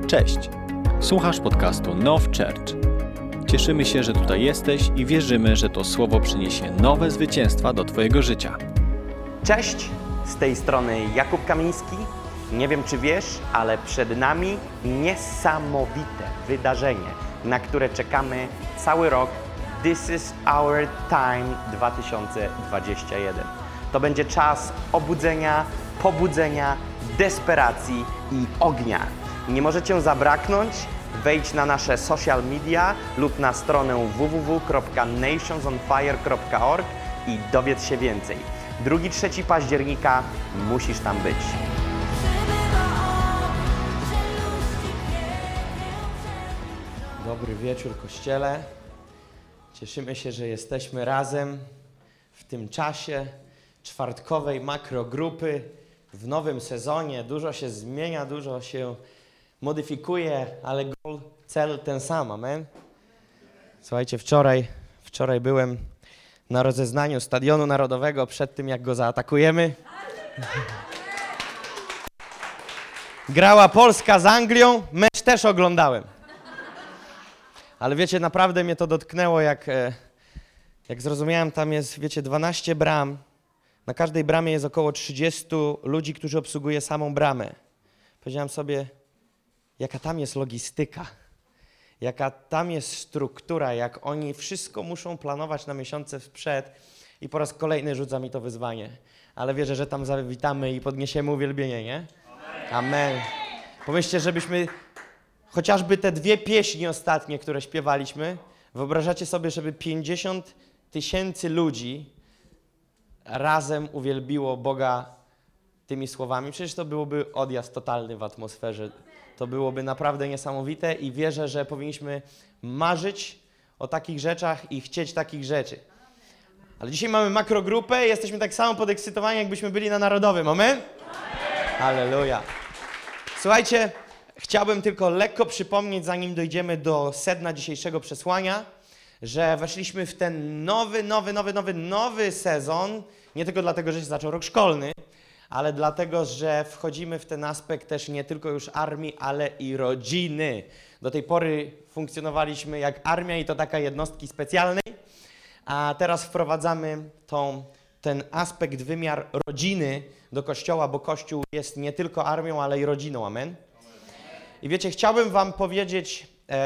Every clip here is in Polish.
Cześć! Słuchasz podcastu Now Church. Cieszymy się, że tutaj jesteś i wierzymy, że to słowo przyniesie nowe zwycięstwa do Twojego życia. Cześć! Z tej strony Jakub Kamiński. Nie wiem, czy wiesz, ale przed nami niesamowite wydarzenie, na które czekamy cały rok. This is our time 2021. To będzie czas obudzenia, pobudzenia, desperacji i ognia. Nie możecie zabraknąć. Wejdź na nasze social media lub na stronę www.nationsonfire.org i dowiedz się więcej. 2-3 października musisz tam być. Dobry wieczór, Kościele. Cieszymy się, że jesteśmy razem w tym czasie czwartkowej makrogrupy w nowym sezonie. Dużo się zmienia, dużo się modyfikuje, ale cel ten sam, amen. Słuchajcie, wczoraj byłem na rozeznaniu Stadionu Narodowego przed tym, jak go zaatakujemy. Grała Polska z Anglią, mecz też oglądałem. Ale wiecie, naprawdę mnie to dotknęło, jak zrozumiałem, tam jest, wiecie, 12 bram. Na każdej bramie jest około 30 ludzi, którzy obsługuje samą bramę. Powiedziałem sobie, jaka tam jest logistyka, jaka tam jest struktura, jak oni wszystko muszą planować na miesiące wprzed i po raz kolejny rzuca mi to wyzwanie. Ale wierzę, że tam zawitamy i podniesiemy uwielbienie, nie? Amen. Pomyślcie, żebyśmy chociażby te 2 pieśni ostatnie, które śpiewaliśmy, wyobrażacie sobie, żeby 50 000 ludzi razem uwielbiło Boga tymi słowami. Przecież to byłoby odjazd totalny w atmosferze. To byłoby naprawdę niesamowite i wierzę, że powinniśmy marzyć o takich rzeczach i chcieć takich rzeczy. Ale dzisiaj mamy makrogrupę i jesteśmy tak samo podekscytowani, jakbyśmy byli na Narodowym. Amen? Halleluja. Słuchajcie, chciałbym tylko lekko przypomnieć, zanim dojdziemy do sedna dzisiejszego przesłania, że weszliśmy w ten nowy sezon, nie tylko dlatego, że się zaczął rok szkolny, ale dlatego, że wchodzimy w ten aspekt też nie tylko już armii, ale i rodziny. Do tej pory funkcjonowaliśmy jak armia i to taka jednostki specjalnej, a teraz wprowadzamy ten aspekt, wymiar rodziny do Kościoła, bo Kościół jest nie tylko armią, ale i rodziną. Amen? I wiecie, chciałbym wam powiedzieć,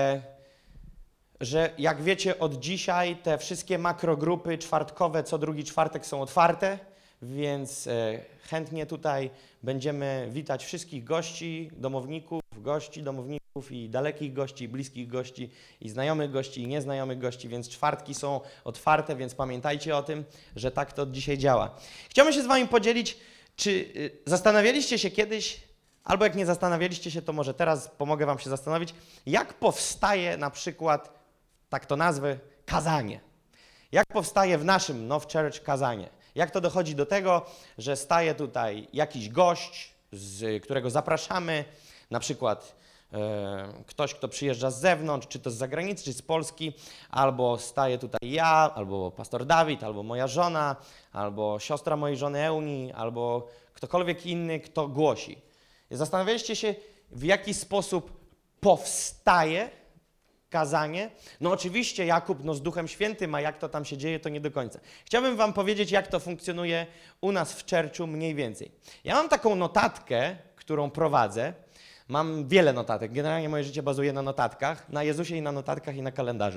że jak wiecie, od dzisiaj te wszystkie makrogrupy czwartkowe co drugi czwartek są otwarte, więc chętnie tutaj będziemy witać wszystkich gości, domowników i dalekich gości, i bliskich gości, i znajomych gości, i nieznajomych gości, więc czwartki są otwarte, więc pamiętajcie o tym, że tak to od dzisiaj działa. Chciałbym się z wami podzielić, czy zastanawialiście się kiedyś, albo jak nie zastanawialiście się, to może teraz pomogę wam się zastanowić, jak powstaje na przykład, tak to nazwę, kazanie. Jak powstaje w naszym Now Church kazanie? Jak to dochodzi do tego, że staje tutaj jakiś gość, którego zapraszamy, na przykład ktoś, kto przyjeżdża z zewnątrz, czy to z zagranicy, czy z Polski, albo staje tutaj ja, albo pastor Dawid, albo moja żona, albo siostra mojej żony Euni, albo ktokolwiek inny, kto głosi. Zastanawialiście się, w jaki sposób powstaje kazanie? No oczywiście Jakub z Duchem Świętym, a jak to tam się dzieje, to nie do końca. Chciałbym wam powiedzieć, jak to funkcjonuje u nas w churchu mniej więcej. Ja mam taką notatkę, którą prowadzę. Mam wiele notatek. Generalnie moje życie bazuje na notatkach, na Jezusie i na notatkach i na kalendarzu.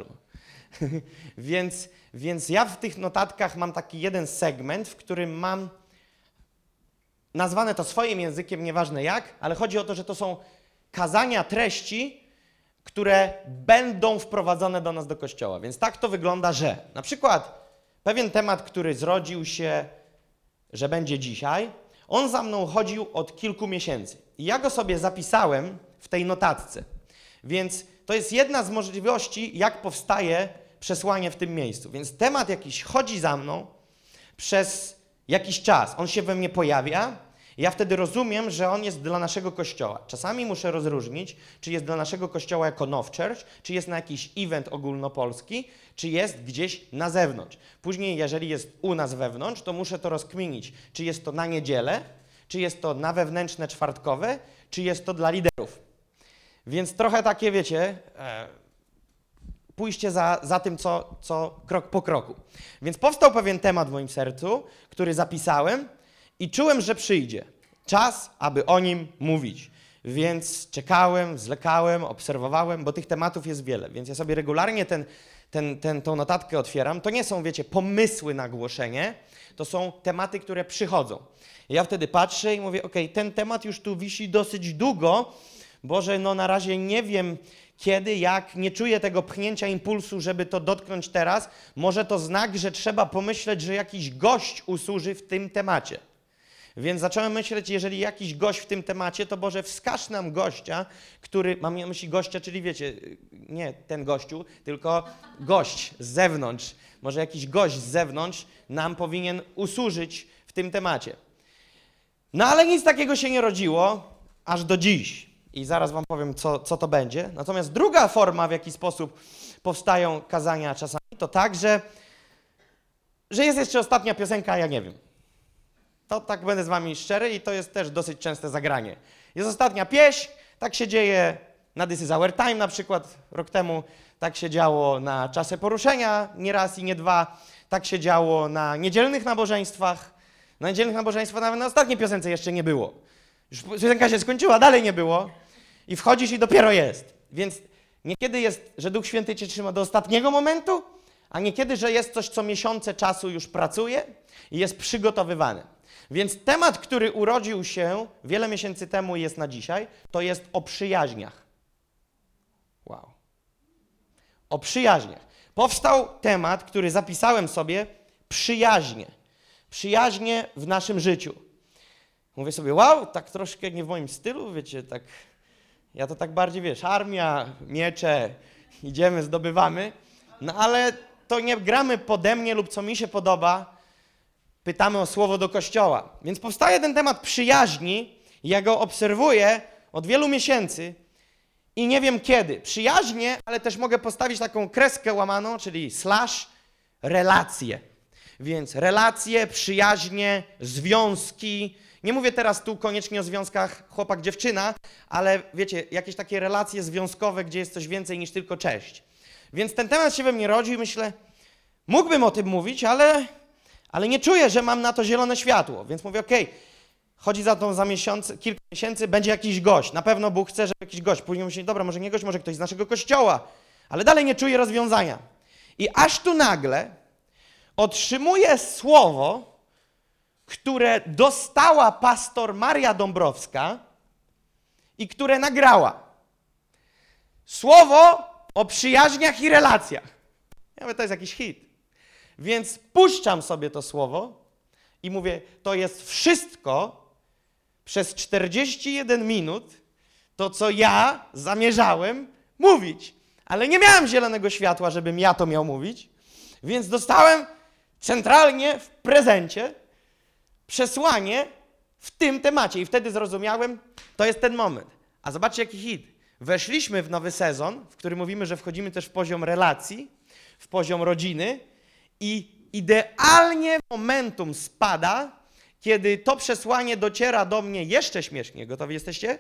więc ja w tych notatkach mam taki jeden segment, w którym mam nazwane to swoim językiem, nieważne jak, ale chodzi o to, że to są kazania, treści, które będą wprowadzone do nas do Kościoła. Więc tak to wygląda, że na przykład pewien temat, który zrodził się, że będzie dzisiaj, on za mną chodził od kilku miesięcy. I ja go sobie zapisałem w tej notatce. Więc to jest jedna z możliwości, jak powstaje przesłanie w tym miejscu. Więc temat jakiś chodzi za mną przez jakiś czas. On się we mnie pojawia. Ja wtedy rozumiem, że on jest dla naszego Kościoła. Czasami muszę rozróżnić, czy jest dla naszego Kościoła jako Now Church, czy jest na jakiś event ogólnopolski, czy jest gdzieś na zewnątrz. Później, jeżeli jest u nas wewnątrz, to muszę to rozkminić, czy jest to na niedzielę, czy jest to na wewnętrzne czwartkowe, czy jest to dla liderów. Więc trochę takie, wiecie, pójście za tym, co krok po kroku. Więc powstał pewien temat w moim sercu, który zapisałem i czułem, że przyjdzie czas, aby o nim mówić. Więc czekałem, zwlekałem, obserwowałem, bo tych tematów jest wiele. Więc ja sobie regularnie tą notatkę otwieram. To nie są, wiecie, pomysły na głoszenie, to są tematy, które przychodzą. Ja wtedy patrzę i mówię, okej, ten temat już tu wisi dosyć długo. Boże, no na razie nie wiem kiedy, jak, nie czuję tego pchnięcia impulsu, żeby to dotknąć teraz. Może to znak, że trzeba pomyśleć, że jakiś gość usłuży w tym temacie. Więc zacząłem myśleć, jeżeli jakiś gość w tym temacie, to Boże, wskaż nam gościa, który, mam na myśli gościa, czyli wiecie, nie ten gościu, tylko gość z zewnątrz. Może jakiś gość z zewnątrz nam powinien usłużyć w tym temacie. No ale nic takiego się nie rodziło, aż do dziś. I zaraz wam powiem, co to będzie. Natomiast druga forma, w jaki sposób powstają kazania czasami, to tak, że jest jeszcze ostatnia piosenka, a ja nie wiem. To tak będę z wami szczery i to jest też dosyć częste zagranie. Jest ostatnia pieśń, tak się dzieje na This is Our Time na przykład rok temu, tak się działo na Czasie Poruszenia, nie raz i nie dwa, tak się działo na niedzielnych nabożeństwach. Na niedzielnych nabożeństwach nawet na ostatniej piosence jeszcze nie było. Już piosenka się skończyła, dalej nie było i wchodzisz i dopiero jest. Więc niekiedy jest, że Duch Święty cię trzyma do ostatniego momentu, a niekiedy, że jest coś, co miesiące czasu już pracuje i jest przygotowywane. Więc temat, który urodził się wiele miesięcy temu i jest na dzisiaj, to jest o przyjaźniach. Wow. O przyjaźniach. Powstał temat, który zapisałem sobie, przyjaźnie. Przyjaźnie w naszym życiu. Mówię sobie, wow, tak troszkę nie w moim stylu, wiecie, tak, ja to tak bardziej, wiesz, armia, miecze, idziemy, zdobywamy, no ale to nie gramy pode mnie lub co mi się podoba, pytamy o słowo do Kościoła. Więc powstaje ten temat przyjaźni, ja go obserwuję od wielu miesięcy i nie wiem kiedy. Przyjaźnie, ale też mogę postawić taką kreskę łamaną, czyli slash, relacje. Więc relacje, przyjaźnie, związki. Nie mówię teraz tu koniecznie o związkach chłopak-dziewczyna, ale wiecie, jakieś takie relacje związkowe, gdzie jest coś więcej niż tylko cześć. Więc ten temat się we mnie rodzi i myślę, mógłbym o tym mówić, ale nie czuję, że mam na to zielone światło. Więc mówię, okej, chodzi za to kilka miesięcy, będzie jakiś gość. Na pewno Bóg chce, żeby jakiś gość. Później myślę, dobra, może nie gość, może ktoś z naszego kościoła. Ale dalej nie czuję rozwiązania. I aż tu nagle otrzymuję słowo, które dostała pastor Maria Dąbrowska i które nagrała. Słowo o przyjaźniach i relacjach. Ja mówię, to jest jakiś hit. Więc puszczam sobie to słowo i mówię, to jest wszystko przez 41 minut, to co ja zamierzałem mówić. Ale nie miałem zielonego światła, żebym ja to miał mówić, więc dostałem centralnie w prezencie przesłanie w tym temacie. I wtedy zrozumiałem, to jest ten moment. A zobaczcie, jaki hit. Weszliśmy w nowy sezon, w którym mówimy, że wchodzimy też w poziom relacji, w poziom rodziny i idealnie momentum spada, kiedy to przesłanie dociera do mnie jeszcze śmiesznie. Gotowi jesteście?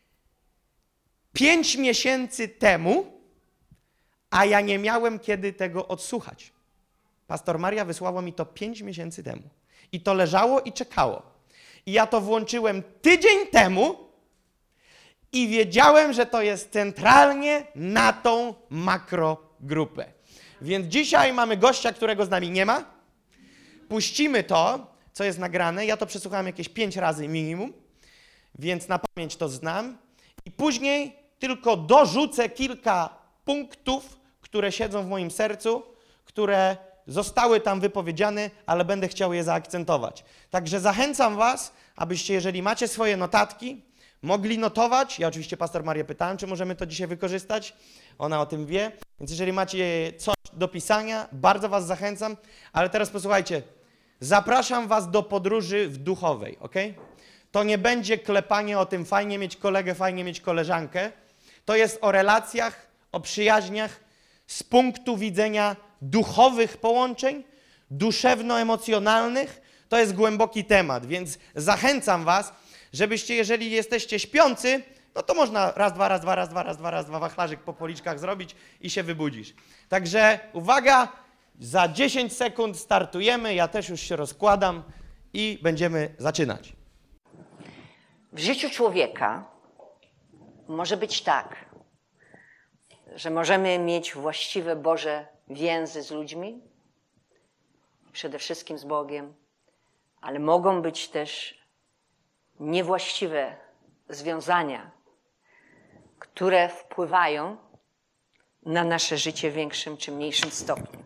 5 miesięcy temu, a ja nie miałem kiedy tego odsłuchać. Pastor Maria wysłała mi to 5 miesięcy temu. I to leżało i czekało. I ja to włączyłem tydzień temu i wiedziałem, że to jest centralnie na tą makrogrupę. Więc dzisiaj mamy gościa, którego z nami nie ma. Puścimy to, co jest nagrane. Ja to przesłuchałem jakieś 5 razy minimum, więc na pamięć to znam. I później tylko dorzucę kilka punktów, które siedzą w moim sercu, które zostały tam wypowiedziane, ale będę chciał je zaakcentować. Także zachęcam was, abyście, jeżeli macie swoje notatki, mogli notować. Ja oczywiście pastor Marię pytałem, czy możemy to dzisiaj wykorzystać. Ona o tym wie. Więc jeżeli macie coś do pisania, bardzo was zachęcam. Ale teraz posłuchajcie. Zapraszam was do podróży w duchowej, ok? To nie będzie klepanie o tym, fajnie mieć kolegę, fajnie mieć koleżankę. To jest o relacjach, o przyjaźniach z punktu widzenia duchowych połączeń, duszewno-emocjonalnych. To jest głęboki temat, więc zachęcam was, żebyście, jeżeli jesteście śpiący, no to można raz, dwa, wachlarzyk po policzkach zrobić i się wybudzisz. Także uwaga, za 10 sekund startujemy, ja też już się rozkładam i będziemy zaczynać. W życiu człowieka może być tak, że możemy mieć właściwe Boże więzy z ludźmi, przede wszystkim z Bogiem, ale mogą być też niewłaściwe związania, które wpływają na nasze życie w większym czy mniejszym stopniu.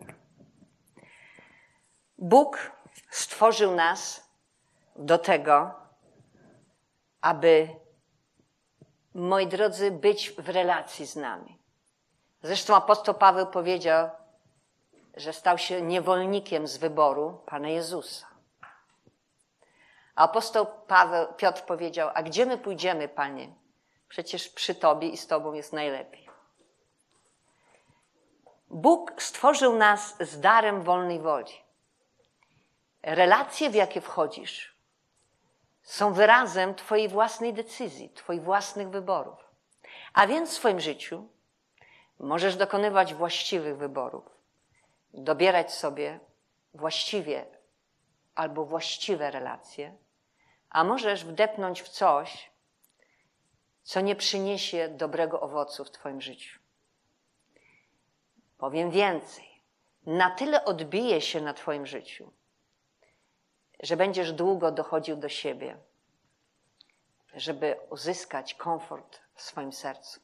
Bóg stworzył nas do tego, aby, moi drodzy, być w relacji z nami. Zresztą apostoł Paweł powiedział, że stał się niewolnikiem z wyboru Pana Jezusa. A apostoł Piotr powiedział, a gdzie my pójdziemy, Panie? Przecież przy Tobie i z Tobą jest najlepiej. Bóg stworzył nas z darem wolnej woli. Relacje, w jakie wchodzisz, są wyrazem Twojej własnej decyzji, Twoich własnych wyborów. A więc w swoim życiu możesz dokonywać właściwych wyborów, dobierać sobie właściwie albo właściwe relacje, a możesz wdepnąć w coś, co nie przyniesie dobrego owocu w Twoim życiu. Powiem więcej, na tyle odbije się na Twoim życiu, że będziesz długo dochodził do siebie, żeby uzyskać komfort w swoim sercu.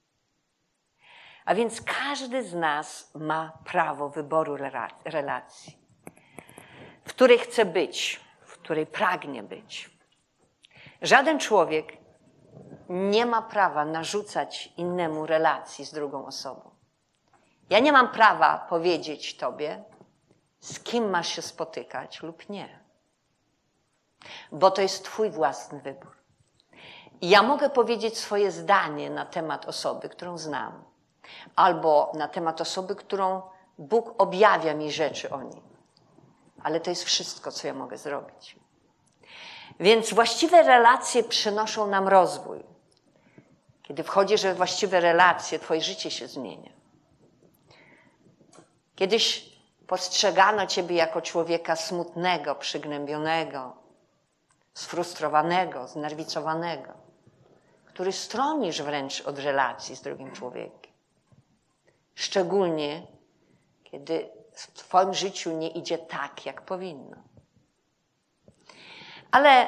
A więc każdy z nas ma prawo wyboru relacji, w której chce być, w której pragnie być. Żaden człowiek nie ma prawa narzucać innemu relacji z drugą osobą. Ja nie mam prawa powiedzieć Tobie, z kim masz się spotykać lub nie. Bo to jest Twój własny wybór. I ja mogę powiedzieć swoje zdanie na temat osoby, którą znam. Albo na temat osoby, którą Bóg objawia mi rzeczy o niej. Ale to jest wszystko, co ja mogę zrobić. Więc właściwe relacje przynoszą nam rozwój. Kiedy wchodzisz we właściwe relacje, Twoje życie się zmienia. Kiedyś postrzegano Ciebie jako człowieka smutnego, przygnębionego, sfrustrowanego, znerwicowanego, który stronisz wręcz od relacji z drugim człowiekiem. Szczególnie, kiedy w Twoim życiu nie idzie tak, jak powinno. Ale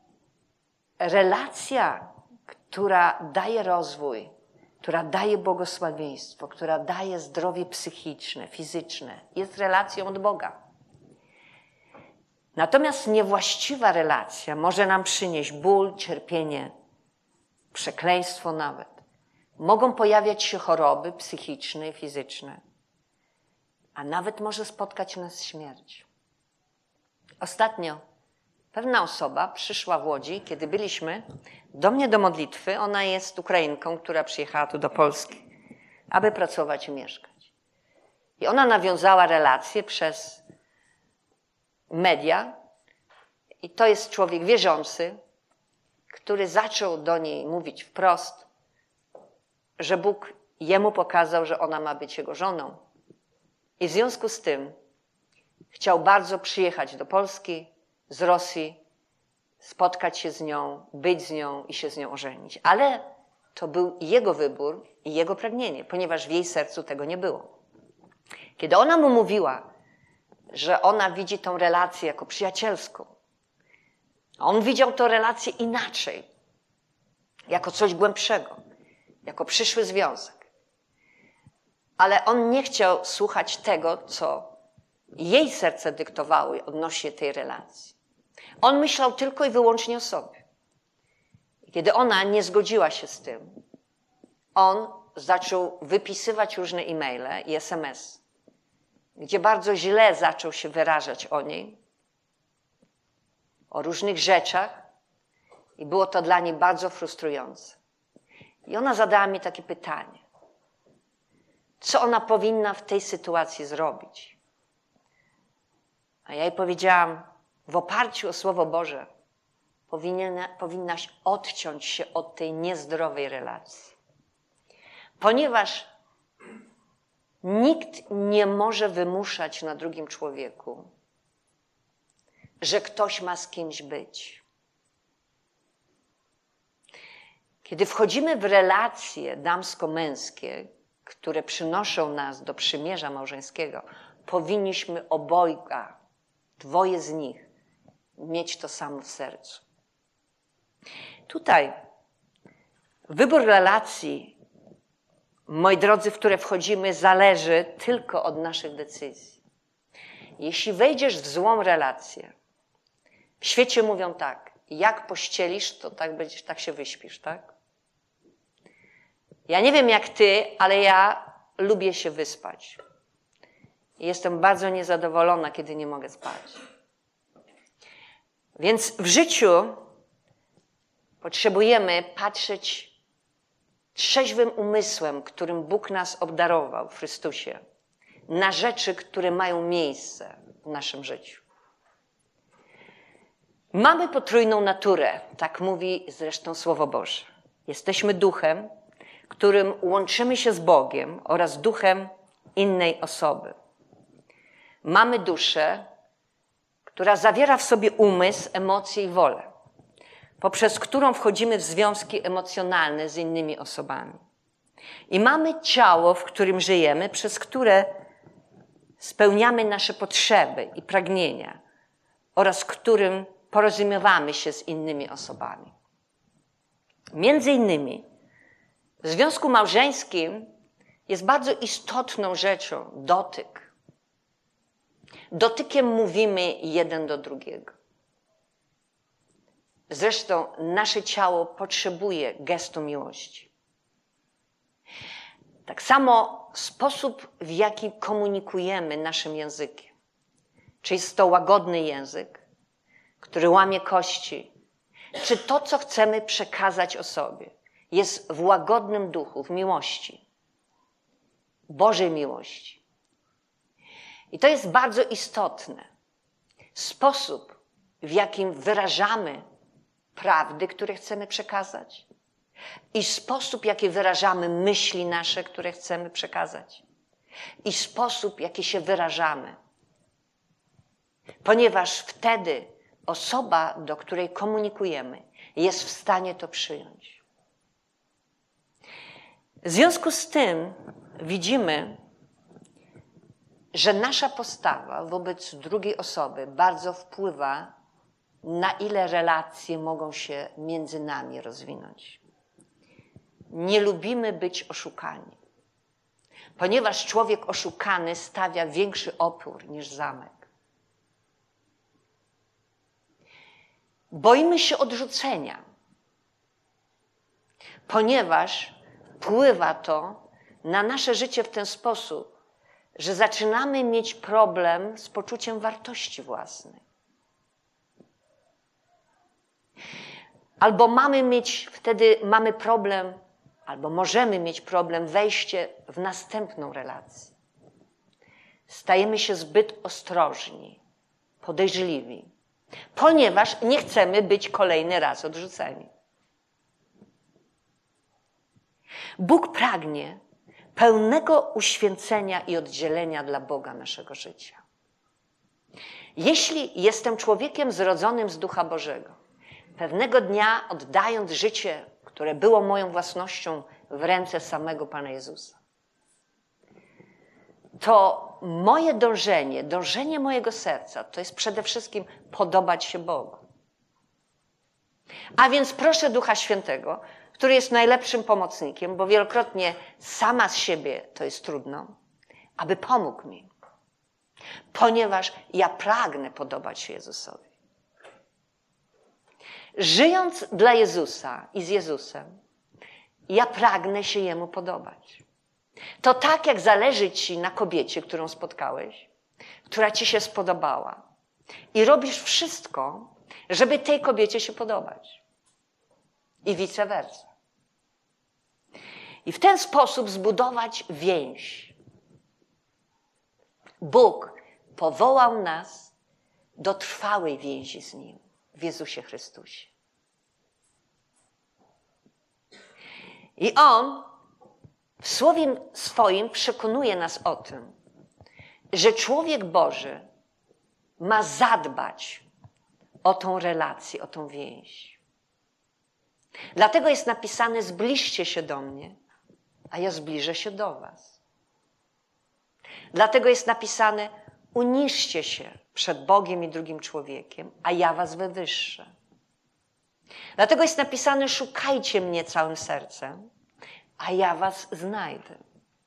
relacja, która daje rozwój, która daje błogosławieństwo, która daje zdrowie psychiczne, fizyczne, jest relacją od Boga. Natomiast niewłaściwa relacja może nam przynieść ból, cierpienie, przekleństwo nawet. Mogą pojawiać się choroby psychiczne i fizyczne, a nawet może spotkać nas śmierć. Ostatnio pewna osoba przyszła w Łodzi, kiedy byliśmy, do mnie do modlitwy. Ona jest Ukrainką, która przyjechała tu do Polski, aby pracować i mieszkać. I ona nawiązała relacje przez media i to jest człowiek wierzący, który zaczął do niej mówić wprost, że Bóg jemu pokazał, że ona ma być jego żoną. I w związku z tym chciał bardzo przyjechać do Polski z Rosji, spotkać się z nią, być z nią i się z nią ożenić. Ale to był jego wybór i jego pragnienie, ponieważ w jej sercu tego nie było. Kiedy ona mu mówiła, że ona widzi tą relację jako przyjacielską, on widział tę relację inaczej, jako coś głębszego, jako przyszły związek. Ale on nie chciał słuchać tego, co jej serce dyktowało odnośnie tej relacji. On myślał tylko i wyłącznie o sobie. I kiedy ona nie zgodziła się z tym, on zaczął wypisywać różne e-maile i SMS, gdzie bardzo źle zaczął się wyrażać o niej, o różnych rzeczach i było to dla niej bardzo frustrujące. I ona zadała mi takie pytanie. Co ona powinna w tej sytuacji zrobić? A ja jej powiedziałam, w oparciu o Słowo Boże, powinnaś odciąć się od tej niezdrowej relacji. Ponieważ nikt nie może wymuszać na drugim człowieku, że ktoś ma z kimś być. Kiedy wchodzimy w relacje damsko-męskie, które przynoszą nas do przymierza małżeńskiego, powinniśmy obojga, dwoje z nich, mieć to samo w sercu. Tutaj wybór relacji, moi drodzy, w które wchodzimy, zależy tylko od naszych decyzji. Jeśli wejdziesz w złą relację, w świecie mówią tak, jak pościelisz, to tak się wyśpisz, tak? Ja nie wiem jak ty, ale ja lubię się wyspać. I jestem bardzo niezadowolona, kiedy nie mogę spać. Więc w życiu potrzebujemy patrzeć trzeźwym umysłem, którym Bóg nas obdarował w Chrystusie, na rzeczy, które mają miejsce w naszym życiu. Mamy potrójną naturę, tak mówi zresztą Słowo Boże. Jesteśmy duchem, którym łączymy się z Bogiem oraz duchem innej osoby. Mamy duszę, która zawiera w sobie umysł, emocje i wolę, poprzez którą wchodzimy w związki emocjonalne z innymi osobami. I mamy ciało, w którym żyjemy, przez które spełniamy nasze potrzeby i pragnienia oraz którym porozumiewamy się z innymi osobami. Między innymi w związku małżeńskim jest bardzo istotną rzeczą dotyk. Dotykiem mówimy jeden do drugiego. Zresztą nasze ciało potrzebuje gestu miłości. Tak samo sposób, w jaki komunikujemy naszym językiem. Czy jest to łagodny język, który łamie kości, czy to, co chcemy przekazać osobie, jest w łagodnym duchu, w miłości, Bożej miłości. I to jest bardzo istotne. Sposób, w jakim wyrażamy prawdy, które chcemy przekazać, i sposób, w jaki wyrażamy myśli nasze, które chcemy przekazać, i sposób, w jaki się wyrażamy. Ponieważ wtedy osoba, do której komunikujemy, jest w stanie to przyjąć. W związku z tym widzimy, że nasza postawa wobec drugiej osoby bardzo wpływa, na ile relacje mogą się między nami rozwinąć. Nie lubimy być oszukani, ponieważ człowiek oszukany stawia większy opór niż zamek. Boimy się odrzucenia, ponieważ wpływa to na nasze życie w ten sposób, że zaczynamy mieć problem z poczuciem wartości własnej. Albo mamy problem, albo możemy mieć problem wejście w następną relację. Stajemy się zbyt ostrożni, podejrzliwi, ponieważ nie chcemy być kolejny raz odrzuceni. Bóg pragnie pełnego uświęcenia i oddzielenia dla Boga naszego życia. Jeśli jestem człowiekiem zrodzonym z Ducha Bożego, pewnego dnia oddając życie, które było moją własnością, w ręce samego Pana Jezusa, to moje dążenie mojego serca, to jest przede wszystkim podobać się Bogu. A więc proszę Ducha Świętego, który jest najlepszym pomocnikiem, bo wielokrotnie sama z siebie to jest trudno, aby pomógł mi. Ponieważ ja pragnę podobać się Jezusowi. Żyjąc dla Jezusa i z Jezusem, ja pragnę się Jemu podobać. To tak, jak zależy ci na kobiecie, którą spotkałeś, która ci się spodobała. I robisz wszystko, żeby tej kobiecie się podobać. I vice versa. I w ten sposób zbudować więź. Bóg powołał nas do trwałej więzi z Nim w Jezusie Chrystusie. I On w Słowie swoim przekonuje nas o tym, że człowiek Boży ma zadbać o tą relację, o tą więź. Dlatego jest napisane: zbliżcie się do mnie, a ja zbliżę się do was. Dlatego jest napisane: uniżcie się przed Bogiem i drugim człowiekiem, a ja was wywyższę. Dlatego jest napisane: szukajcie mnie całym sercem, a ja was znajdę.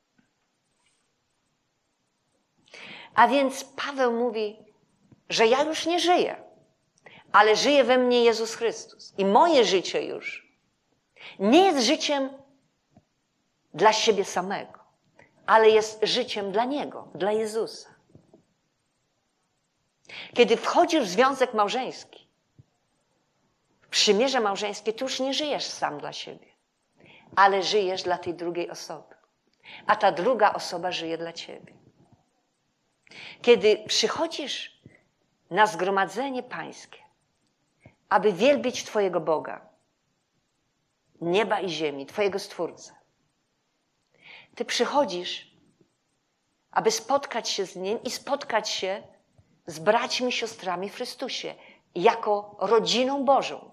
A więc Paweł mówi, że ja już nie żyję, ale żyje we mnie Jezus Chrystus. I moje życie już nie jest życiem dla siebie samego, ale jest życiem dla Niego, dla Jezusa. Kiedy wchodzisz w związek małżeński, w przymierze małżeńskie, ty już nie żyjesz sam dla siebie, ale żyjesz dla tej drugiej osoby. A ta druga osoba żyje dla ciebie. Kiedy przychodzisz na zgromadzenie pańskie, aby wielbić Twojego Boga, nieba i ziemi, Twojego Stwórcę, ty przychodzisz, aby spotkać się z Nim i spotkać się z braćmi i siostrami w Chrystusie, jako rodziną Bożą.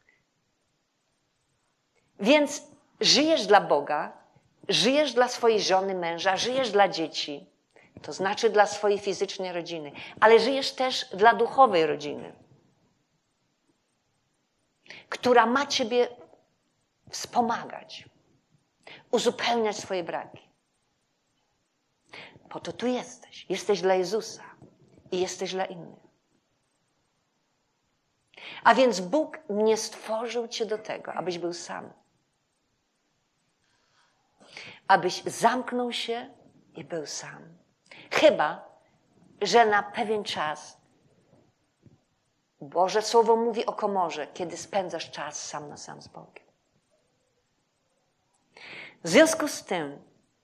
Więc żyjesz dla Boga, żyjesz dla swojej żony, męża, żyjesz dla dzieci, to znaczy dla swojej fizycznej rodziny, ale żyjesz też dla duchowej rodziny, która ma ciebie wspomagać, uzupełniać swoje braki. Po to tu jesteś. Jesteś dla Jezusa i jesteś dla innych. A więc Bóg nie stworzył cię do tego, abyś był sam. Abyś zamknął się i był sam. Chyba że na pewien czas Boże Słowo mówi o komorze, kiedy spędzasz czas sam na sam z Bogiem. W związku z tym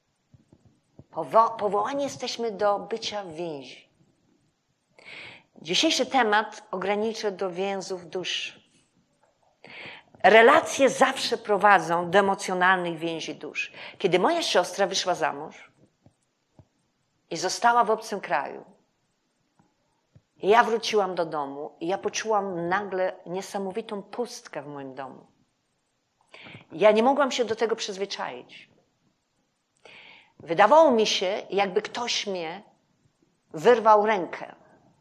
powołani jesteśmy do bycia w więzi. Dzisiejszy temat ograniczę do więzów duszy. Relacje zawsze prowadzą do emocjonalnych więzi dusz. Kiedy moja siostra wyszła za mąż i została w obcym kraju, i ja wróciłam do domu i ja poczułam nagle niesamowitą pustkę w moim domu. Ja nie mogłam się do tego przyzwyczaić. Wydawało mi się, jakby ktoś mnie wyrwał rękę.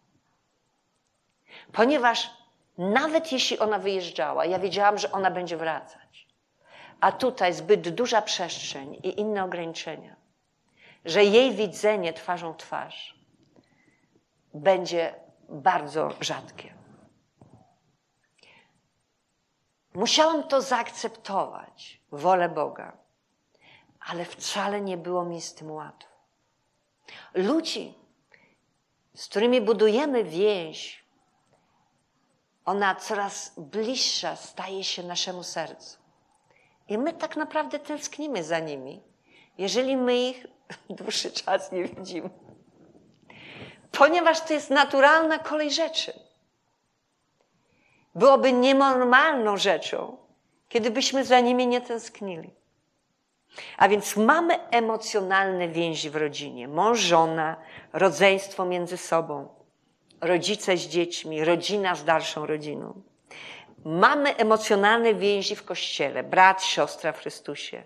Ponieważ nawet jeśli ona wyjeżdżała, ja wiedziałam, że ona będzie wracać. A tutaj zbyt duża przestrzeń i inne ograniczenia, że jej widzenie twarzą w twarz będzie bardzo rzadkie. Musiałam to zaakceptować, wolę Boga, ale wcale nie było mi z tym łatwo. Ludzi, z którymi budujemy więź, ona coraz bliższa staje się naszemu sercu. I my tak naprawdę tęsknimy za nimi, jeżeli my ich dłuższy czas nie widzimy. Ponieważ to jest naturalna kolej rzeczy. Byłoby nienormalną rzeczą, kiedybyśmy za nimi nie tęsknili. A więc mamy emocjonalne więzi w rodzinie. Mąż, żona, rodzeństwo między sobą, rodzice z dziećmi, rodzina z dalszą rodziną. Mamy emocjonalne więzi w Kościele, brat, siostra w Chrystusie.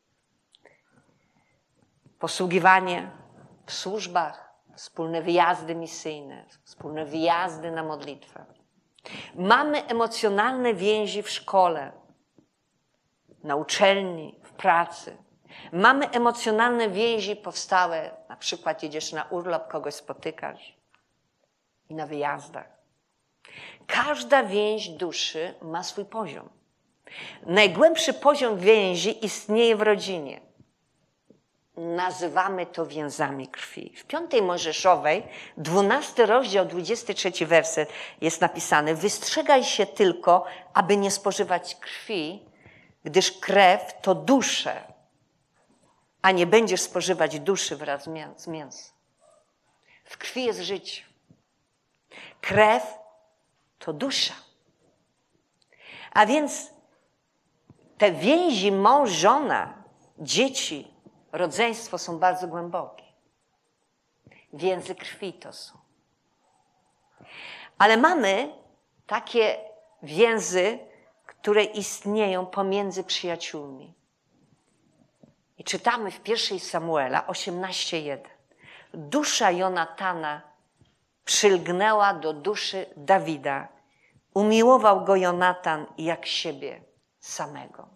Posługiwanie w służbach, wspólne wyjazdy misyjne, wspólne wyjazdy na modlitwę. Mamy emocjonalne więzi w szkole, na uczelni, w pracy. Mamy emocjonalne więzi powstałe, na przykład jedziesz na urlop, kogoś spotykasz i na wyjazdach. Każda więź duszy ma swój poziom. Najgłębszy poziom więzi istnieje w rodzinie. Nazywamy to więzami krwi. W 5 Mojżeszowej, 12 rozdział, 23 werset jest napisany: wystrzegaj się tylko, aby nie spożywać krwi, gdyż krew to duszę, a nie będziesz spożywać duszy wraz z mięsem. W krwi jest życie. Krew to dusza. A więc te więzi mąż, żona, dzieci, rodzeństwo są bardzo głębokie. Więzy krwi to są. Ale mamy takie więzy, które istnieją pomiędzy przyjaciółmi. I czytamy w 1 Samuela 18:1. Dusza Jonatana przylgnęła do duszy Dawida. Umiłował go Jonatan jak siebie samego.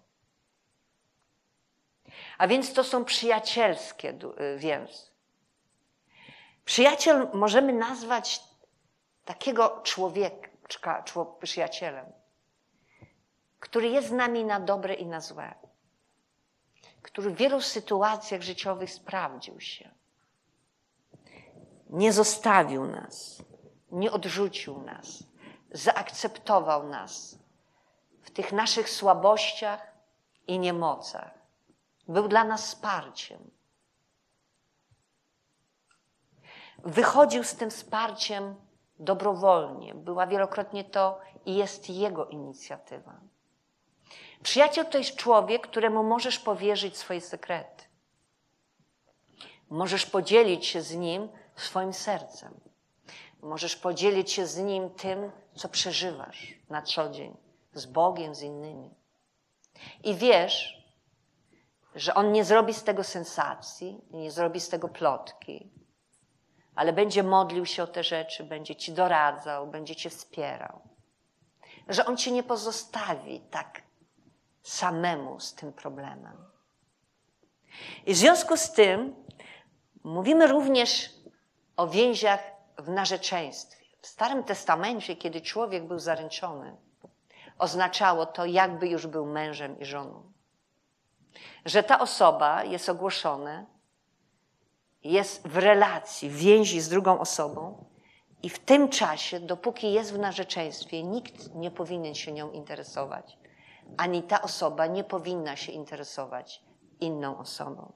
A więc to są przyjacielskie więzy. Przyjaciel możemy nazwać takiego człowieka przyjacielem, który jest z nami na dobre i na złe, który w wielu sytuacjach życiowych sprawdził się. Nie zostawił nas, nie odrzucił nas, zaakceptował nas w tych naszych słabościach i niemocach. Był dla nas wsparciem. Wychodził z tym wsparciem dobrowolnie. Była wielokrotnie to i jest jego inicjatywa. Przyjaciel to jest człowiek, któremu możesz powierzyć swoje sekrety. Możesz podzielić się z nim swoim sercem. Możesz podzielić się z nim tym, co przeżywasz na co dzień, z Bogiem, z innymi. I wiesz, że on nie zrobi z tego sensacji, nie zrobi z tego plotki, ale będzie modlił się o te rzeczy, będzie ci doradzał, będzie cię wspierał. Że on cię nie pozostawi tak samemu z tym problemem. I w związku z tym mówimy również o więziach w narzeczeństwie. W Starym Testamencie, kiedy człowiek był zaręczony, oznaczało to, jakby już był mężem i żoną. Że ta osoba jest ogłoszona, jest w relacji, w więzi z drugą osobą i w tym czasie, dopóki jest w narzeczeństwie, nikt nie powinien się nią interesować. Ani ta osoba nie powinna się interesować inną osobą.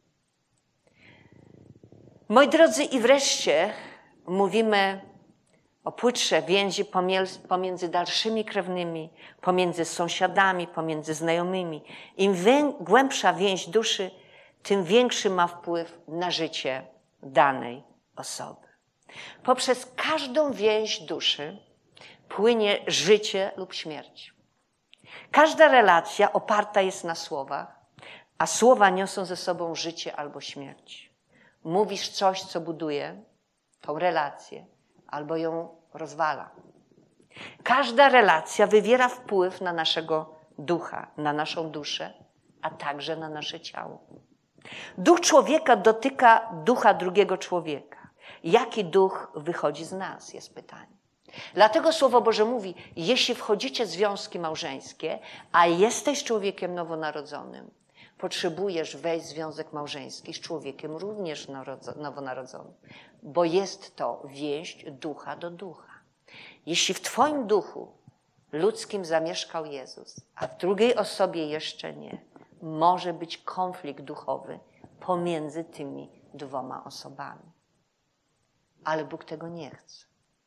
Moi drodzy, i wreszcie mówimy o płytsze więzi pomiędzy dalszymi krewnymi, pomiędzy sąsiadami, pomiędzy znajomymi. Im głębsza więź duszy, tym większy ma wpływ na życie danej osoby. Poprzez każdą więź duszy płynie życie lub śmierć. Każda relacja oparta jest na słowach, a słowa niosą ze sobą życie albo śmierć. Mówisz coś, co buduje tą relację, albo ją rozwala. Każda relacja wywiera wpływ na naszego ducha, na naszą duszę, a także na nasze ciało. Duch człowieka dotyka ducha drugiego człowieka. Jaki duch wychodzi z nas, jest pytanie. Dlatego Słowo Boże mówi, jeśli wchodzicie w związki małżeńskie, a jesteś człowiekiem nowonarodzonym, potrzebujesz wejść w związek małżeński z człowiekiem również nowonarodzonym, bo jest to więź ducha do ducha. Jeśli w twoim duchu ludzkim zamieszkał Jezus, a w drugiej osobie jeszcze nie, może być konflikt duchowy pomiędzy tymi dwoma osobami. Ale Bóg tego nie chce.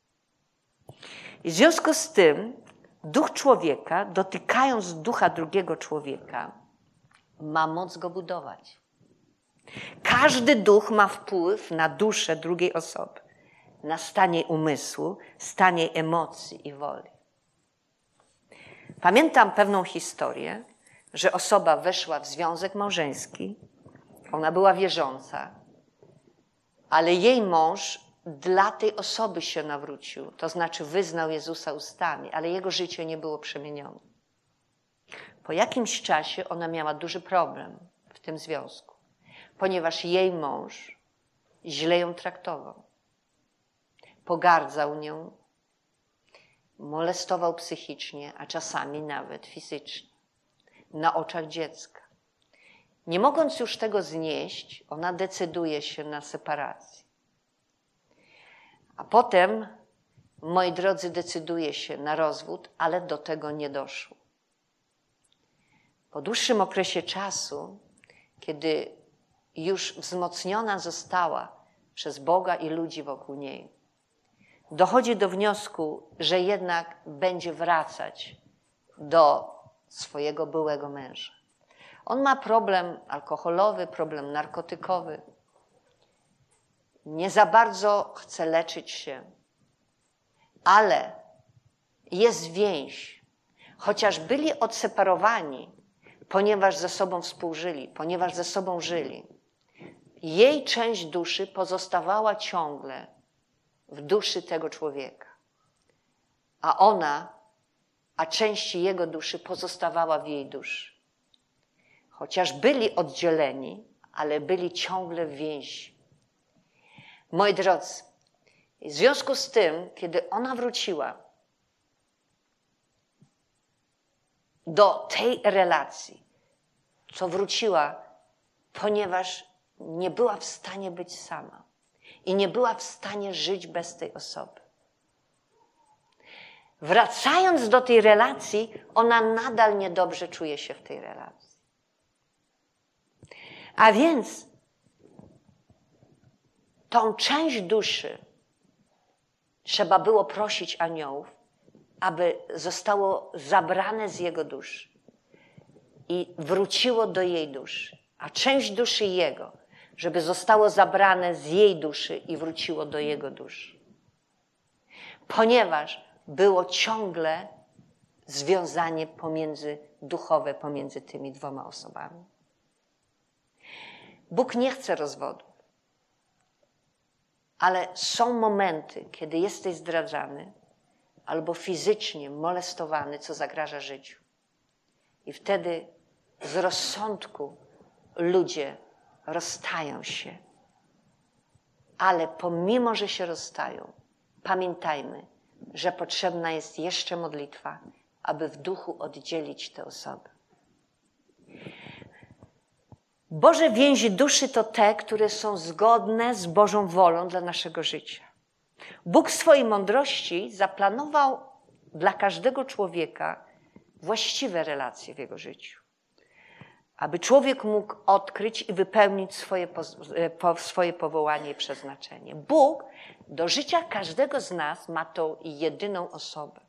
I w związku z tym duch człowieka, dotykając ducha drugiego człowieka, ma moc go budować. Każdy duch ma wpływ na duszę drugiej osoby, na stan jej umysłu, stan jej emocji i woli. Pamiętam pewną historię, że osoba weszła w związek małżeński, ona była wierząca, ale jej mąż dla tej osoby się nawrócił, to znaczy wyznał Jezusa ustami, ale jego życie nie było przemienione. Po jakimś czasie ona miała duży problem w tym związku, ponieważ jej mąż źle ją traktował. Pogardzał nią, molestował psychicznie, a czasami nawet fizycznie, na oczach dziecka. Nie mogąc już tego znieść, ona decyduje się na separację. A potem, moi drodzy, decyduje się na rozwód, ale do tego nie doszło. Po dłuższym okresie czasu, kiedy już wzmocniona została przez Boga i ludzi wokół niej, dochodzi do wniosku, że jednak będzie wracać do swojego byłego męża. On ma problem alkoholowy, problem narkotykowy. Nie za bardzo chce leczyć się, ale jest więź. Chociaż byli odseparowani, ponieważ ze sobą współżyli, ponieważ ze sobą żyli, jej część duszy pozostawała ciągle w duszy tego człowieka, a część jego duszy pozostawała w jej duszy. Chociaż byli oddzieleni, ale byli ciągle w więzi. Moi drodzy, w związku z tym, kiedy ona wróciła do tej relacji, co wróciła, ponieważ nie była w stanie być sama i nie była w stanie żyć bez tej osoby. Wracając do tej relacji, ona nadal niedobrze czuje się w tej relacji. A więc tą część duszy trzeba było prosić aniołów, aby zostało zabrane z jego duszy i wróciło do jej duszy. A część duszy jego, żeby zostało zabrane z jej duszy i wróciło do jego duszy. Ponieważ było ciągle związanie duchowe pomiędzy tymi dwoma osobami. Bóg nie chce rozwodu, ale są momenty, kiedy jesteś zdradzany albo fizycznie molestowany, co zagraża życiu. I wtedy z rozsądku ludzie rozstają się. Ale pomimo, że się rozstają, pamiętajmy, że potrzebna jest jeszcze modlitwa, aby w duchu oddzielić te osoby. Boże więzi duszy to te, które są zgodne z Bożą wolą dla naszego życia. Bóg w swojej mądrości zaplanował dla każdego człowieka właściwe relacje w jego życiu. Aby człowiek mógł odkryć i wypełnić swoje powołanie i przeznaczenie. Bóg do życia każdego z nas ma tą jedyną osobę.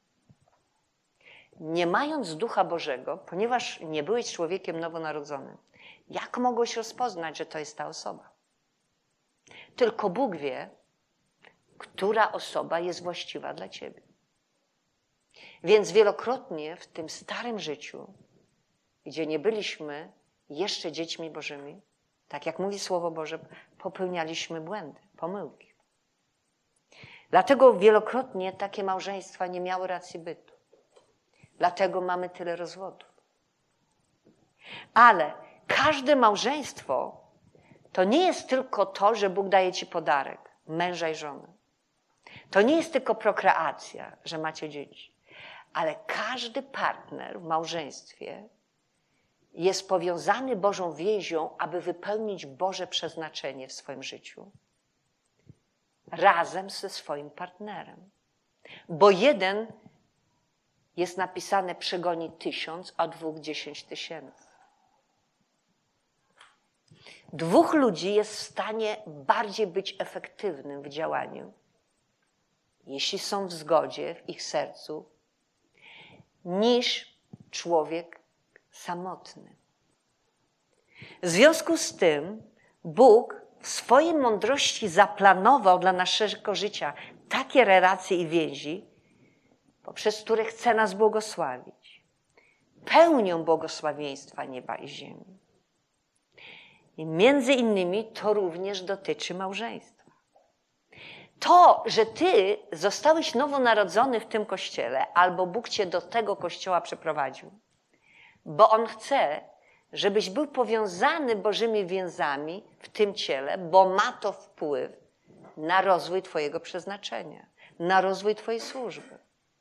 Nie mając Ducha Bożego, ponieważ nie byłeś człowiekiem nowonarodzonym, jak mogłeś rozpoznać, że to jest ta osoba? Tylko Bóg wie, która osoba jest właściwa dla ciebie. Więc wielokrotnie w tym starym życiu, gdzie nie byliśmy jeszcze dziećmi Bożymi, tak jak mówi Słowo Boże, popełnialiśmy błędy, pomyłki. Dlatego wielokrotnie takie małżeństwa nie miały racji bytu. Dlatego mamy tyle rozwodów. Ale każde małżeństwo to nie jest tylko to, że Bóg daje ci podarek, męża i żony. To nie jest tylko prokreacja, że macie dzieci. Ale każdy partner w małżeństwie jest powiązany Bożą więzią, aby wypełnić Boże przeznaczenie w swoim życiu. Razem ze swoim partnerem. Bo jeden jest napisane przegoni 1000, a 2 10 000. Dwóch ludzi jest w stanie bardziej być efektywnym w działaniu, jeśli są w zgodzie w ich sercu, niż człowiek samotny. W związku z tym Bóg w swojej mądrości zaplanował dla naszego życia takie relacje i więzi, poprzez które chce nas błogosławić. Pełnią błogosławieństwa nieba i ziemi. I między innymi to również dotyczy małżeństwa. To, że ty zostałeś nowonarodzony w tym kościele, albo Bóg cię do tego kościoła przeprowadził, bo On chce, żebyś był powiązany Bożymi więzami w tym ciele, bo ma to wpływ na rozwój twojego przeznaczenia, na rozwój twojej służby.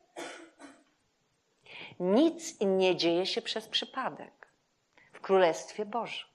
Nic nie dzieje się przez przypadek w Królestwie Bożym.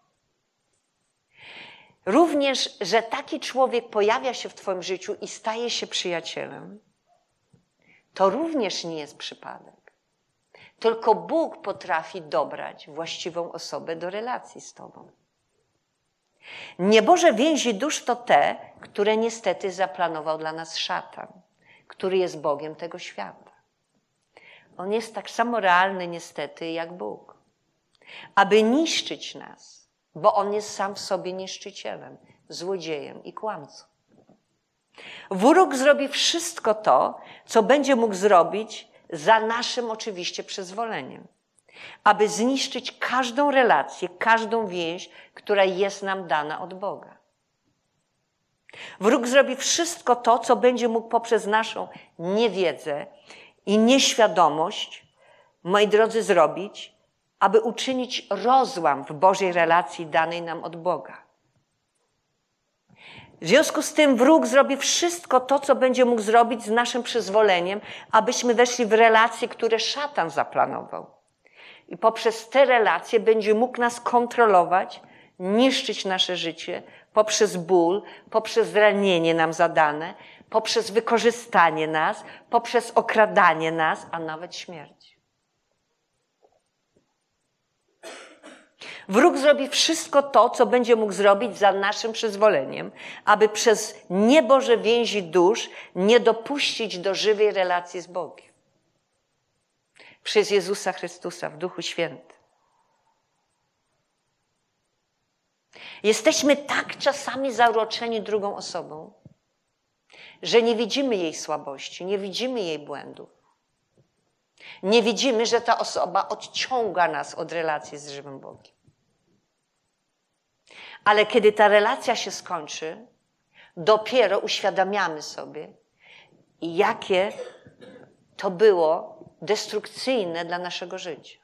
Również, że taki człowiek pojawia się w twoim życiu i staje się przyjacielem, to również nie jest przypadek. Tylko Bóg potrafi dobrać właściwą osobę do relacji z tobą. Nieboże więzi dusz to te, które niestety zaplanował dla nas szatan, który jest Bogiem tego świata. On jest tak samo realny niestety jak Bóg. Aby niszczyć nas, bo On jest sam w sobie niszczycielem, złodziejem i kłamcą. Wróg zrobi wszystko to, co będzie mógł zrobić za naszym oczywiście przyzwoleniem, aby zniszczyć każdą relację, każdą więź, która jest nam dana od Boga. Wróg zrobi wszystko to, co będzie mógł poprzez naszą niewiedzę i nieświadomość, moi drodzy, zrobić, aby uczynić rozłam w Bożej relacji danej nam od Boga. W związku z tym wróg zrobi wszystko to, co będzie mógł zrobić z naszym przyzwoleniem, abyśmy weszli w relacje, które szatan zaplanował. I poprzez te relacje będzie mógł nas kontrolować, niszczyć nasze życie poprzez ból, poprzez zranienie nam zadane, poprzez wykorzystanie nas, poprzez okradanie nas, a nawet śmierć. Wróg zrobi wszystko to, co będzie mógł zrobić za naszym przyzwoleniem, aby przez nieboże więzi dusz nie dopuścić do żywej relacji z Bogiem. Przez Jezusa Chrystusa w Duchu Świętym. Jesteśmy tak czasami zauroczeni drugą osobą, że nie widzimy jej słabości, nie widzimy jej błędów. Nie widzimy, że ta osoba odciąga nas od relacji z żywym Bogiem. Ale kiedy ta relacja się skończy, dopiero uświadamiamy sobie, jakie to było destrukcyjne dla naszego życia.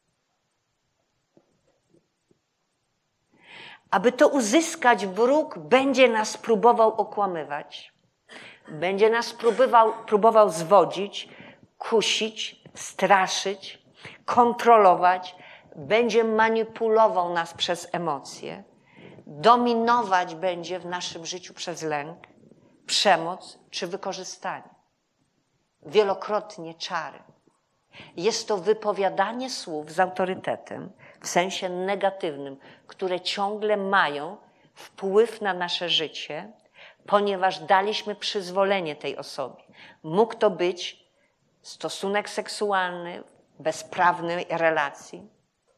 Aby to uzyskać, wróg będzie nas próbował okłamywać, będzie nas próbował zwodzić, kusić, straszyć, kontrolować, będzie manipulował nas przez emocje, dominować będzie w naszym życiu przez lęk, przemoc czy wykorzystanie. Wielokrotnie czary. Jest to wypowiadanie słów z autorytetem, w sensie negatywnym, które ciągle mają wpływ na nasze życie, ponieważ daliśmy przyzwolenie tej osobie. Mógł to być stosunek seksualny, bezprawnej relacji.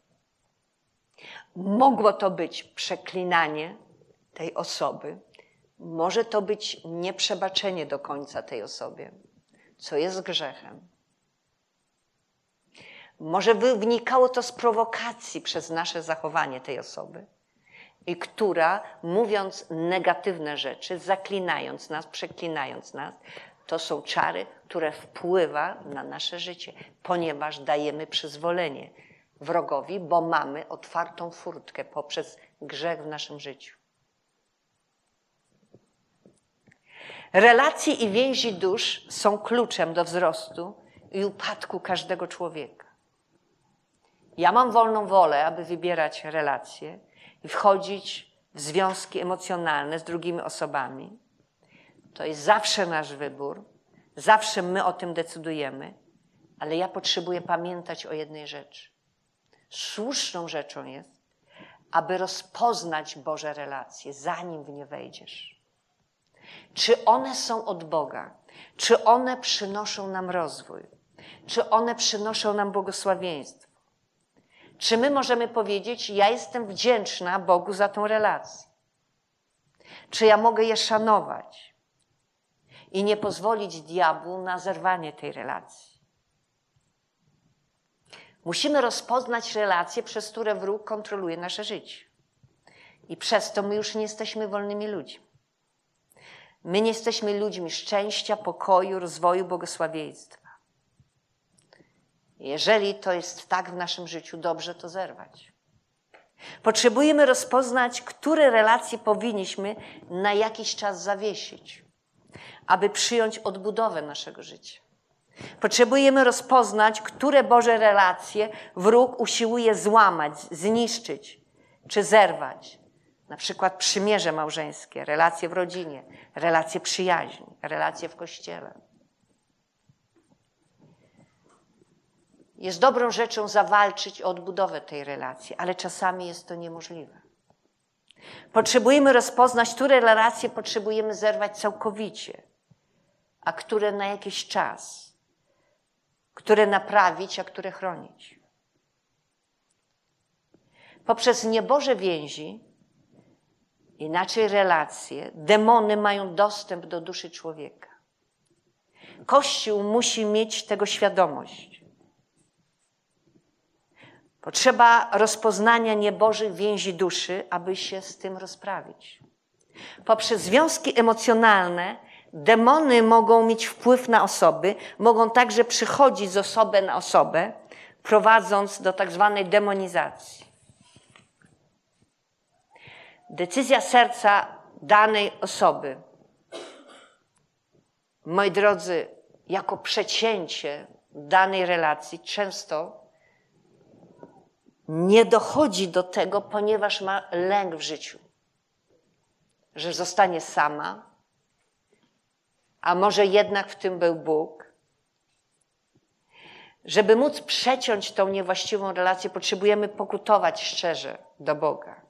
Mogło to być przeklinanie tej osoby. Może to być nieprzebaczenie do końca tej osobie, co jest grzechem. Może wynikało to z prowokacji przez nasze zachowanie tej osoby, i która, mówiąc negatywne rzeczy, zaklinając nas, przeklinając nas, to są czary, które wpływa na nasze życie, ponieważ dajemy przyzwolenie wrogowi, bo mamy otwartą furtkę poprzez grzech w naszym życiu. Relacje i więzi dusz są kluczem do wzrostu i upadku każdego człowieka. Ja mam wolną wolę, aby wybierać relacje i wchodzić w związki emocjonalne z drugimi osobami. To jest zawsze nasz wybór, zawsze my o tym decydujemy, ale ja potrzebuję pamiętać o jednej rzeczy. Słuszną rzeczą jest, aby rozpoznać Boże relacje, zanim w nie wejdziesz. Czy one są od Boga? Czy one przynoszą nam rozwój? Czy one przynoszą nam błogosławieństwo? Czy my możemy powiedzieć, ja jestem wdzięczna Bogu za tą relację? Czy ja mogę je szanować i nie pozwolić diabłu na zerwanie tej relacji? Musimy rozpoznać relacje, przez które wróg kontroluje nasze życie. I przez to my już nie jesteśmy wolnymi ludźmi. My nie jesteśmy ludźmi szczęścia, pokoju, rozwoju, błogosławieństwa. Jeżeli to jest tak w naszym życiu, dobrze to zerwać. Potrzebujemy rozpoznać, które relacje powinniśmy na jakiś czas zawiesić, aby przyjąć odbudowę naszego życia. Potrzebujemy rozpoznać, które Boże relacje wróg usiłuje złamać, zniszczyć czy zerwać. Na przykład przymierze małżeńskie, relacje w rodzinie, relacje przyjaźni, relacje w kościele. Jest dobrą rzeczą zawalczyć o odbudowę tej relacji, ale czasami jest to niemożliwe. Potrzebujemy rozpoznać, które relacje potrzebujemy zerwać całkowicie, a które na jakiś czas, które naprawić, a które chronić. Poprzez nieboże więzi, inaczej relacje, demony mają dostęp do duszy człowieka. Kościół musi mieć tego świadomość. Potrzeba rozpoznania niebożych więzi duszy, aby się z tym rozprawić. Poprzez związki emocjonalne demony mogą mieć wpływ na osoby, mogą także przychodzić z osoby na osobę, prowadząc do tak zwanej demonizacji. Decyzja serca danej osoby, moi drodzy, jako przecięcie danej relacji często nie dochodzi do tego, ponieważ ma lęk w życiu, że zostanie sama, a może jednak w tym był Bóg. Żeby móc przeciąć tą niewłaściwą relację, potrzebujemy pokutować szczerze do Boga.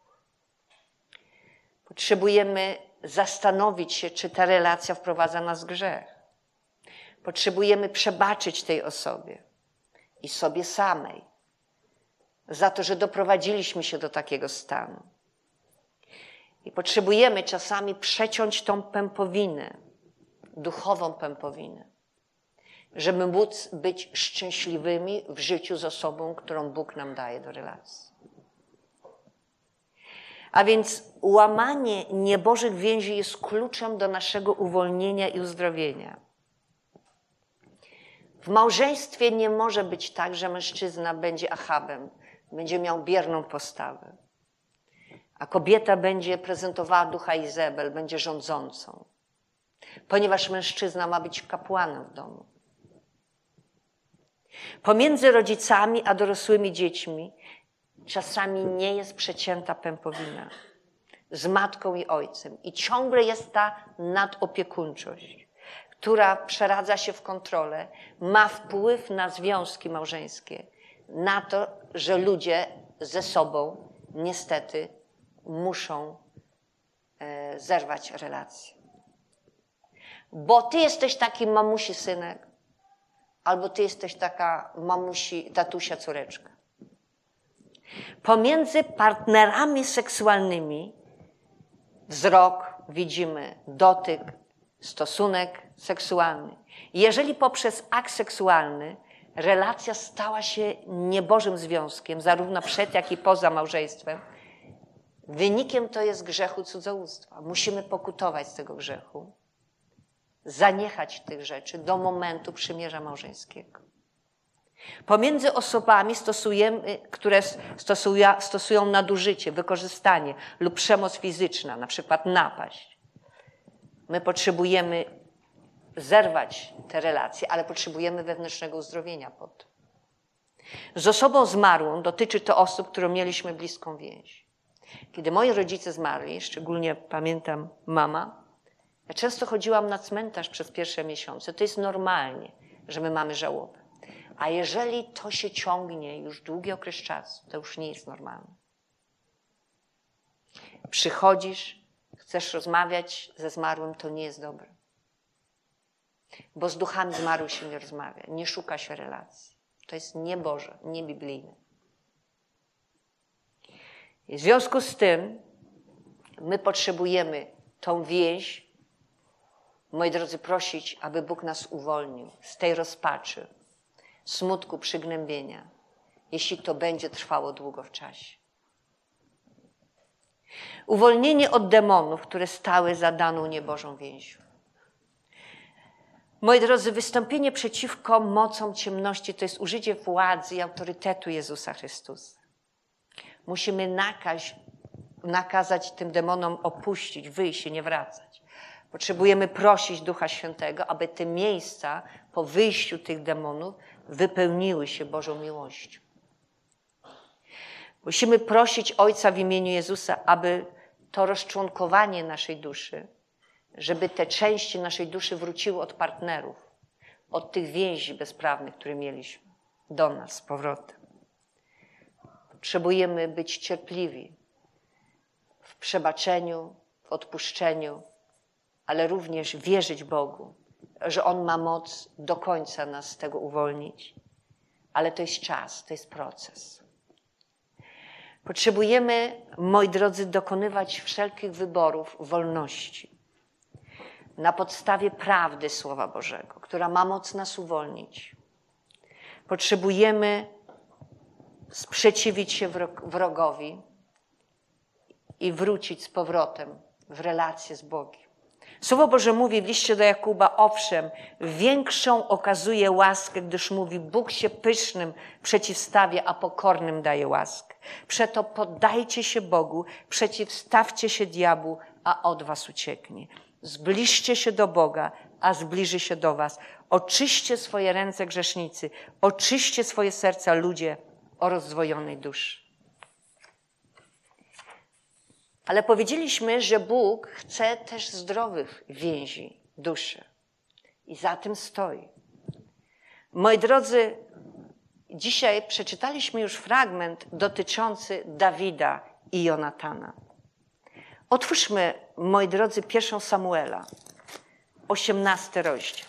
Potrzebujemy zastanowić się, czy ta relacja wprowadza nas w grzech. Potrzebujemy przebaczyć tej osobie i sobie samej za to, że doprowadziliśmy się do takiego stanu. I potrzebujemy czasami przeciąć tą pępowinę, duchową pępowinę, żeby móc być szczęśliwymi w życiu z osobą, którą Bóg nam daje do relacji. A więc łamanie niebożych więzi jest kluczem do naszego uwolnienia i uzdrowienia. W małżeństwie nie może być tak, że mężczyzna będzie Achabem, będzie miał bierną postawę, a kobieta będzie prezentowała ducha Izabel, będzie rządzącą, ponieważ mężczyzna ma być kapłanem w domu. Pomiędzy rodzicami a dorosłymi dziećmi czasami nie jest przecięta pępowina z matką i ojcem i ciągle jest ta nadopiekuńczość, która przeradza się w kontrolę, ma wpływ na związki małżeńskie, na to, że ludzie ze sobą niestety muszą zerwać relacje. Bo ty jesteś taki mamusi synek, albo ty jesteś taka mamusi, tatusia córeczka. Pomiędzy partnerami seksualnymi wzrok, widzimy dotyk, stosunek seksualny. Jeżeli poprzez akt seksualny relacja stała się niebożym związkiem, zarówno przed, jak i poza małżeństwem, wynikiem to jest grzechu cudzołóstwa. Musimy pokutować z tego grzechu, zaniechać tych rzeczy do momentu przymierza małżeńskiego. Pomiędzy osobami, które stosują nadużycie, wykorzystanie lub przemoc fizyczna, na przykład napaść, my potrzebujemy zerwać te relacje, ale potrzebujemy wewnętrznego uzdrowienia po to. Z osobą zmarłą dotyczy to osób, którą mieliśmy bliską więź. Kiedy moi rodzice zmarli, szczególnie pamiętam mama, ja często chodziłam na cmentarz przez pierwsze miesiące. To jest normalnie, że my mamy żałobę. A jeżeli to się ciągnie już długi okres czasu, to już nie jest normalne. Przychodzisz, chcesz rozmawiać ze zmarłym, to nie jest dobre. Bo z duchami zmarłych się nie rozmawia, nie szuka się relacji. To jest nieboże, niebiblijne. I w związku z tym my potrzebujemy tą więź, moi drodzy, prosić, aby Bóg nas uwolnił z tej rozpaczy, smutku, przygnębienia, jeśli to będzie trwało długo w czasie. Uwolnienie od demonów, które stały za daną niebożą więzią. Moi drodzy, wystąpienie przeciwko mocom ciemności to jest użycie władzy i autorytetu Jezusa Chrystusa. Musimy nakazać tym demonom opuścić, wyjść i nie wracać. Potrzebujemy prosić Ducha Świętego, aby te miejsca po wyjściu tych demonów wypełniły się Bożą miłością. Musimy prosić Ojca w imieniu Jezusa, aby to rozczłonkowanie naszej duszy, żeby te części naszej duszy wróciły od partnerów, od tych więzi bezprawnych, które mieliśmy, do nas z powrotem. Potrzebujemy być cierpliwi w przebaczeniu, w odpuszczeniu, ale również wierzyć Bogu, że On ma moc do końca nas z tego uwolnić. Ale to jest czas, to jest proces. Potrzebujemy, moi drodzy, dokonywać wszelkich wyborów wolności na podstawie prawdy Słowa Bożego, która ma moc nas uwolnić. Potrzebujemy sprzeciwić się wrogowi i wrócić z powrotem w relację z Bogiem. Słowo Boże mówi w liście do Jakuba, owszem, większą okazuje łaskę, gdyż mówi, Bóg się pysznym przeciwstawia, a pokornym daje łaskę. Przeto poddajcie się Bogu, przeciwstawcie się diabłu, a od was ucieknie. Zbliżcie się do Boga, a zbliży się do was. Oczyście swoje ręce, grzesznicy, oczyście swoje serca, ludzie o rozdwojonej duszy. Ale powiedzieliśmy, że Bóg chce też zdrowych więzi duszy. I za tym stoi. Moi drodzy, dzisiaj przeczytaliśmy już fragment dotyczący Dawida i Jonatana. Otwórzmy, moi drodzy, 1 Samuela, 18 rozdział.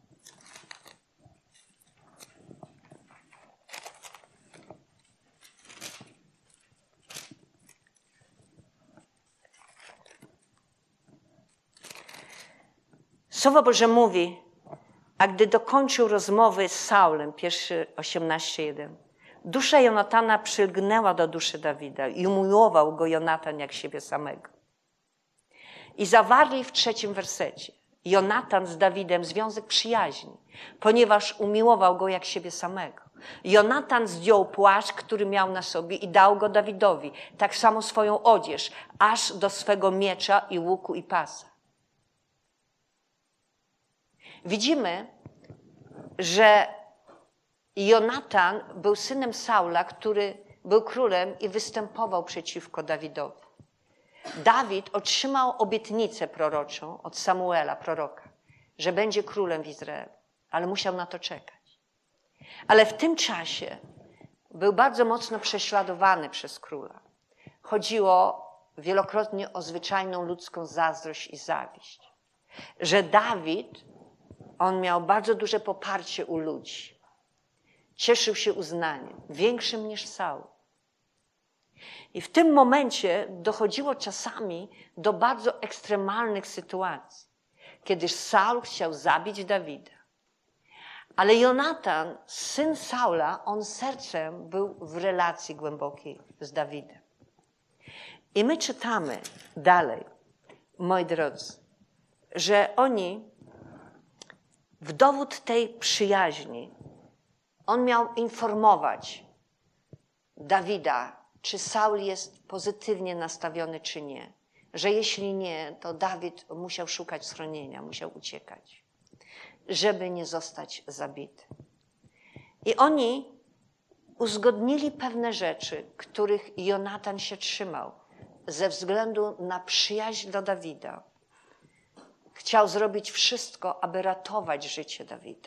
Słowo Boże mówi, a gdy dokończył rozmowy z Saulem, 1 18:1, dusza Jonatana przylgnęła do duszy Dawida i umiłował go Jonatan jak siebie samego. I zawarli w 3 wersecie Jonatan z Dawidem związek przyjaźni, ponieważ umiłował go jak siebie samego. Jonatan zdjął płaszcz, który miał na sobie i dał go Dawidowi, tak samo swoją odzież, aż do swego miecza i łuku i pasa. Widzimy, że Jonatan był synem Saula, który był królem i występował przeciwko Dawidowi. Dawid otrzymał obietnicę proroczą od Samuela, proroka, że będzie królem w Izraelu, ale musiał na to czekać. Ale w tym czasie był bardzo mocno prześladowany przez króla. Chodziło wielokrotnie o zwyczajną ludzką zazdrość i zawiść. Że Dawid, on miał bardzo duże poparcie u ludzi. Cieszył się uznaniem, większym niż Saul. I w tym momencie dochodziło czasami do bardzo ekstremalnych sytuacji, kiedy Saul chciał zabić Dawida. Ale Jonatan, syn Saula, on sercem był w relacji głębokiej z Dawidem. I my czytamy dalej, moi drodzy, że oni w dowód tej przyjaźni on miał informować Dawida, czy Saul jest pozytywnie nastawiony, czy nie. Że jeśli nie, to Dawid musiał szukać schronienia, musiał uciekać, żeby nie zostać zabity. I oni uzgodnili pewne rzeczy, których Jonatan się trzymał ze względu na przyjaźń do Dawida. Chciał zrobić wszystko, aby ratować życie Dawida.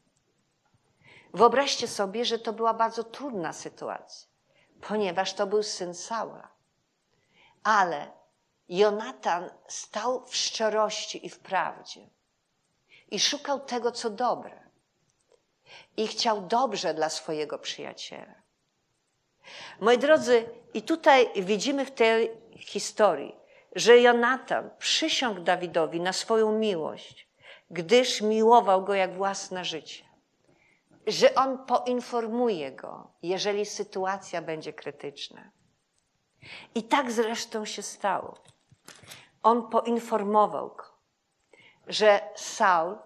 Wyobraźcie sobie, że to była bardzo trudna sytuacja, ponieważ to był syn Saula. Ale Jonatan stał w szczerości i w prawdzie i szukał tego, co dobre. I chciał dobrze dla swojego przyjaciela. Moi drodzy, i tutaj widzimy w tej historii, że Jonatan przysiągł Dawidowi na swoją miłość, gdyż miłował go jak własne życie. Że on poinformuje go, jeżeli sytuacja będzie krytyczna. I tak zresztą się stało. On poinformował go, że Saul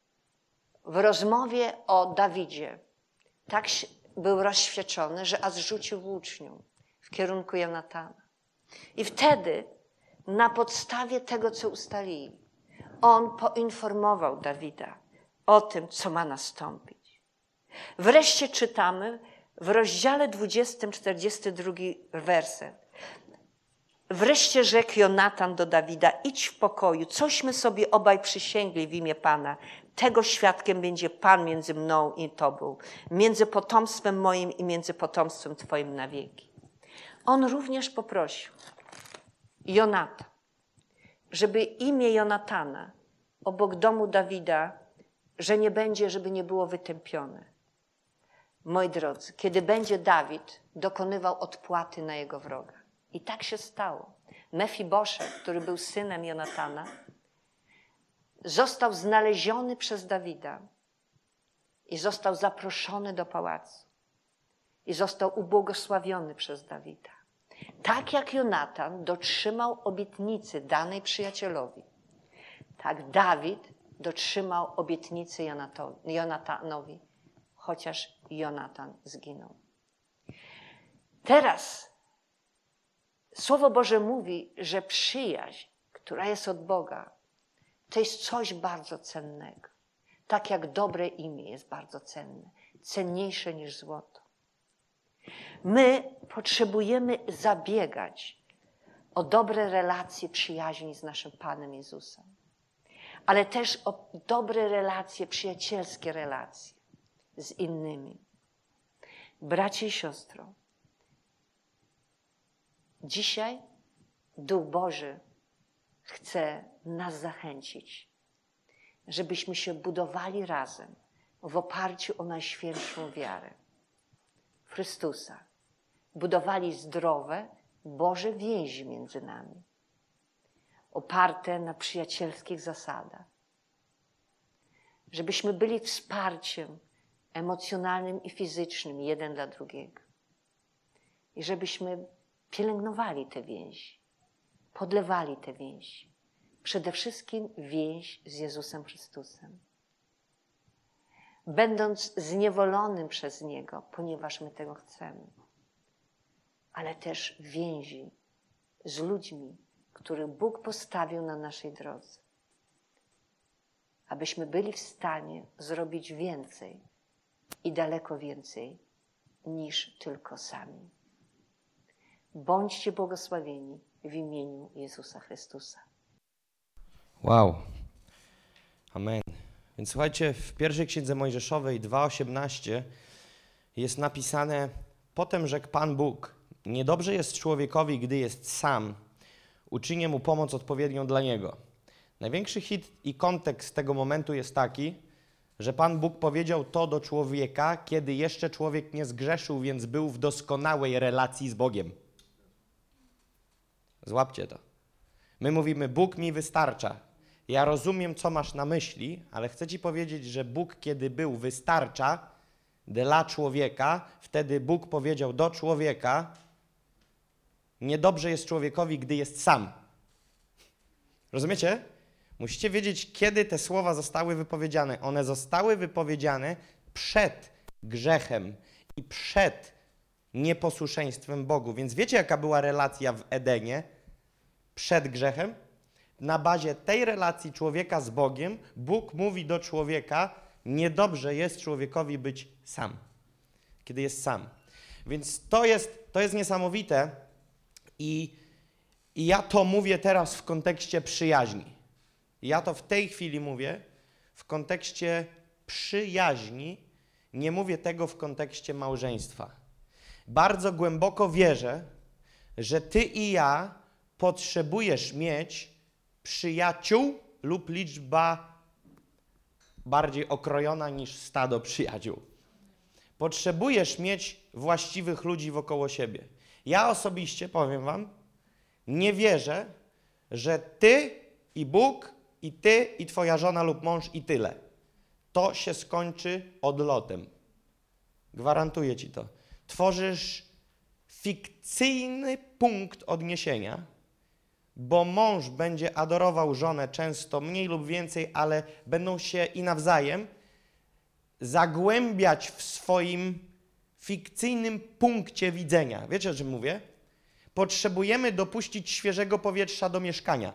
w rozmowie o Dawidzie tak był rozświadczony, że aż rzucił włócznią w kierunku Jonatana. I wtedy na podstawie tego, co ustalili, on poinformował Dawida o tym, co ma nastąpić. Wreszcie czytamy w rozdziale 20, 42 werset. Wreszcie rzekł Jonatan do Dawida, idź w pokoju, cośmy sobie obaj przysięgli w imię Pana. Tego świadkiem będzie Pan między mną i Tobą, między potomstwem moim i między potomstwem Twoim na wieki. On również poprosił Jonatan, żeby imię Jonatana obok domu Dawida że nie będzie, żeby nie było wytępione. Moi drodzy, kiedy będzie Dawid dokonywał odpłaty na jego wroga. I tak się stało. Mefiboszet, który był synem Jonatana, został znaleziony przez Dawida i został zaproszony do pałacu. I został ubłogosławiony przez Dawida. Tak jak Jonatan dotrzymał obietnicy danej przyjacielowi, tak Dawid dotrzymał obietnicy Jonatanowi, chociaż Jonatan zginął. Teraz Słowo Boże mówi, że przyjaźń, która jest od Boga, to jest coś bardzo cennego. Tak jak dobre imię jest bardzo cenne, cenniejsze niż złoto. My potrzebujemy zabiegać o dobre relacje przyjaźni z naszym Panem Jezusem, ale też o dobre relacje, przyjacielskie relacje z innymi. Bracie i siostro, dzisiaj Duch Boży chce nas zachęcić, żebyśmy się budowali razem w oparciu o Najświętszą wiarę w Chrystusa. Budowali zdrowe, Boże więzi między nami, oparte na przyjacielskich zasadach. Żebyśmy byli wsparciem emocjonalnym i fizycznym jeden dla drugiego. I żebyśmy pielęgnowali te więzi, podlewali te więzi. Przede wszystkim więź z Jezusem Chrystusem. Będąc zniewolonym przez Niego, ponieważ my tego chcemy. Ale też więzi z ludźmi, których Bóg postawił na naszej drodze. Abyśmy byli w stanie zrobić więcej i daleko więcej niż tylko sami. Bądźcie błogosławieni w imieniu Jezusa Chrystusa. Wow. Amen. Więc słuchajcie, w pierwszej Księdze Mojżeszowej 2:18 jest napisane: potem rzekł Pan Bóg, niedobrze jest człowiekowi, gdy jest sam. Uczynię mu pomoc odpowiednią dla niego. Największy hit i kontekst tego momentu jest taki, że Pan Bóg powiedział to do człowieka, kiedy jeszcze człowiek nie zgrzeszył, więc był w doskonałej relacji z Bogiem. Złapcie to. My mówimy, Bóg mi wystarcza. Ja rozumiem, co masz na myśli, ale chcę ci powiedzieć, że Bóg, kiedy był wystarcza dla człowieka, wtedy Bóg powiedział do człowieka, niedobrze jest człowiekowi, gdy jest sam. Rozumiecie? Musicie wiedzieć, kiedy te słowa zostały wypowiedziane. One zostały wypowiedziane przed grzechem i przed nieposłuszeństwem Bogu. Więc wiecie, jaka była relacja w Edenie przed grzechem? Na bazie tej relacji człowieka z Bogiem Bóg mówi do człowieka, niedobrze jest człowiekowi być sam, kiedy jest sam. Więc to jest niesamowite i ja to mówię teraz w kontekście przyjaźni. Ja to w tej chwili mówię w kontekście przyjaźni, nie mówię tego w kontekście małżeństwa. Bardzo głęboko wierzę, że ty i ja potrzebujesz mieć przyjaciół lub liczba bardziej okrojona niż stado przyjaciół. Potrzebujesz mieć właściwych ludzi wokoło siebie. Ja osobiście, powiem wam, nie wierzę, że ty i Bóg, i ty, i twoja żona lub mąż, i tyle. To się skończy odlotem. Gwarantuję ci to. Tworzysz fikcyjny punkt odniesienia, bo mąż będzie adorował żonę często mniej lub więcej, ale będą się i nawzajem zagłębiać w swoim fikcyjnym punkcie widzenia. Wiecie, o czym mówię? Potrzebujemy dopuścić świeżego powietrza do mieszkania.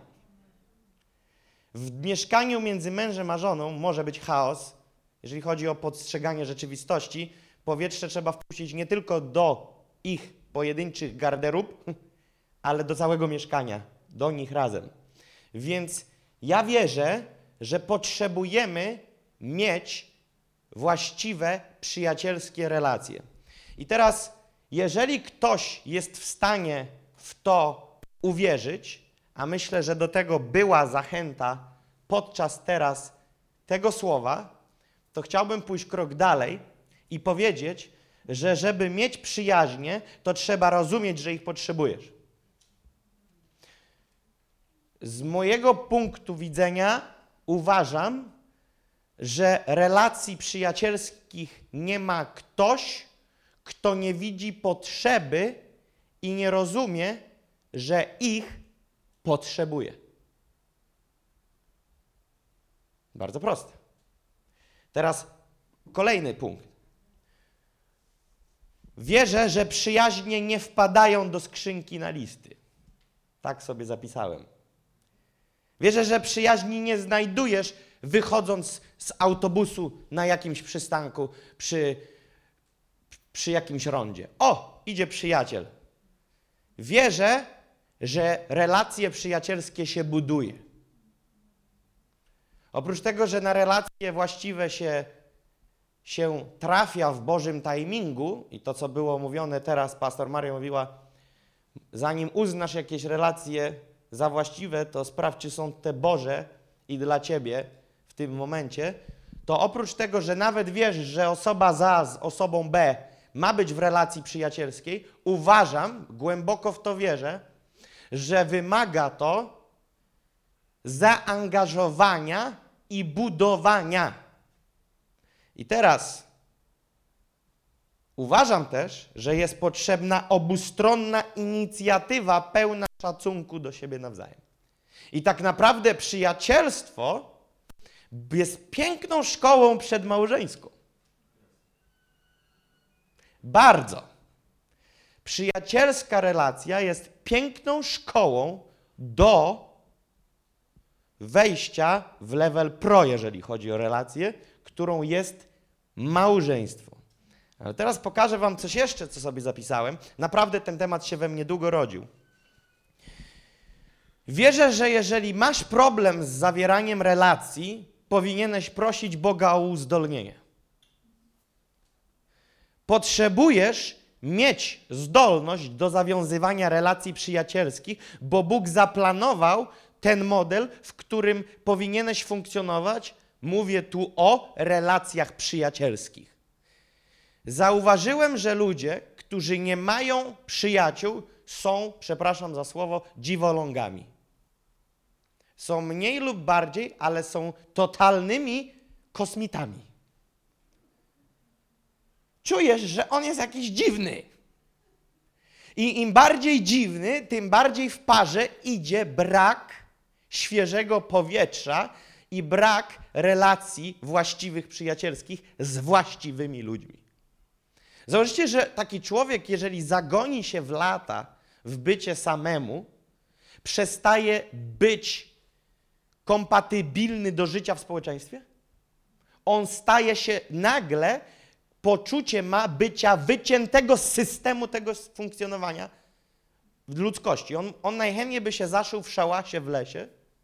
W mieszkaniu między mężem a żoną może być chaos, jeżeli chodzi o postrzeganie rzeczywistości. Powietrze trzeba wpuścić nie tylko do ich pojedynczych garderób, ale do całego mieszkania, do nich razem. Więc ja wierzę, że potrzebujemy mieć właściwe, przyjacielskie relacje. I teraz, jeżeli ktoś jest w stanie w to uwierzyć, a myślę, że do tego była zachęta podczas teraz tego słowa, to chciałbym pójść krok dalej i powiedzieć, że żeby mieć przyjaźnie, to trzeba rozumieć, że ich potrzebujesz. Z mojego punktu widzenia uważam, że relacji przyjacielskich nie ma ktoś, kto nie widzi potrzeby i nie rozumie, że ich potrzebuje. Bardzo proste. Teraz kolejny punkt. Wierzę, że przyjaźnie nie wpadają do skrzynki na listy. Tak sobie zapisałem. Wierzę, że przyjaźni nie znajdujesz wychodząc z autobusu na jakimś przystanku przy jakimś rondzie. O, idzie przyjaciel. Wierzę, że relacje przyjacielskie się buduje. Oprócz tego, że na relacje właściwe się trafia w Bożym timingu i to, co było mówione teraz, pastor Maria mówiła, zanim uznasz jakieś relacje za właściwe, to sprawdź, czy są te Boże i dla ciebie w tym momencie, to oprócz tego, że nawet wiesz, że osoba za z osobą B ma być w relacji przyjacielskiej, uważam, głęboko w to wierzę, że wymaga to zaangażowania i budowania. I teraz uważam też, że jest potrzebna obustronna inicjatywa pełna szacunku do siebie nawzajem. I tak naprawdę przyjacielstwo jest piękną szkołą przedmałżeńską. Bardzo. Przyjacielska relacja jest piękną szkołą do wejścia w level pro, jeżeli chodzi o relację, którą jest małżeństwo. Ale teraz pokażę wam coś jeszcze, co sobie zapisałem. Naprawdę ten temat się we mnie długo rodził. Wierzę, że jeżeli masz problem z zawieraniem relacji, powinieneś prosić Boga o uzdolnienie. Potrzebujesz mieć zdolność do zawiązywania relacji przyjacielskich, bo Bóg zaplanował ten model, w którym powinieneś funkcjonować. Mówię tu o relacjach przyjacielskich. Zauważyłem, że ludzie, którzy nie mają przyjaciół, są, przepraszam za słowo, dziwolągami. Są mniej lub bardziej, ale są totalnymi kosmitami. Czujesz, że on jest jakiś dziwny. I im bardziej dziwny, tym bardziej w parze idzie brak świeżego powietrza i brak relacji właściwych, przyjacielskich z właściwymi ludźmi. Zauważcie, że taki człowiek, jeżeli zagoni się w lata w bycie samemu, przestaje być kompatybilny do życia w społeczeństwie. On staje się nagle, poczucie ma bycia wyciętego z systemu tego funkcjonowania w ludzkości. On najchętniej by się zaszył w szałasie w lesie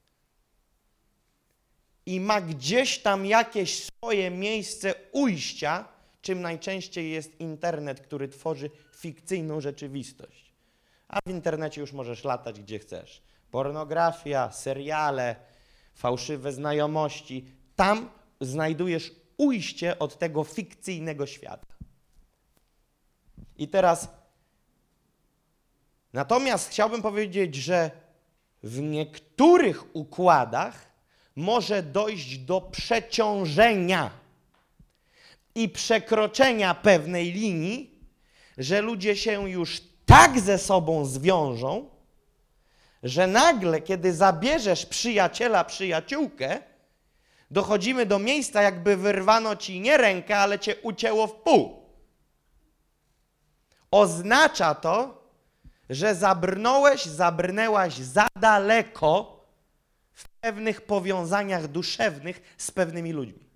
i ma gdzieś tam jakieś swoje miejsce ujścia, czym najczęściej jest internet, który tworzy fikcyjną rzeczywistość. A w internecie już możesz latać gdzie chcesz. Pornografia, seriale, fałszywe znajomości. Tam znajdujesz ujście od tego fikcyjnego świata. I teraz natomiast chciałbym powiedzieć, że w niektórych układach może dojść do przeciążenia i przekroczenia pewnej linii, że ludzie się już tak ze sobą zwiążą, że nagle, kiedy zabierzesz przyjaciela, przyjaciółkę, dochodzimy do miejsca, jakby wyrwano ci nie rękę, ale cię ucięło w pół. Oznacza to, że zabrnęłaś za daleko w pewnych powiązaniach duszewnych z pewnymi ludźmi.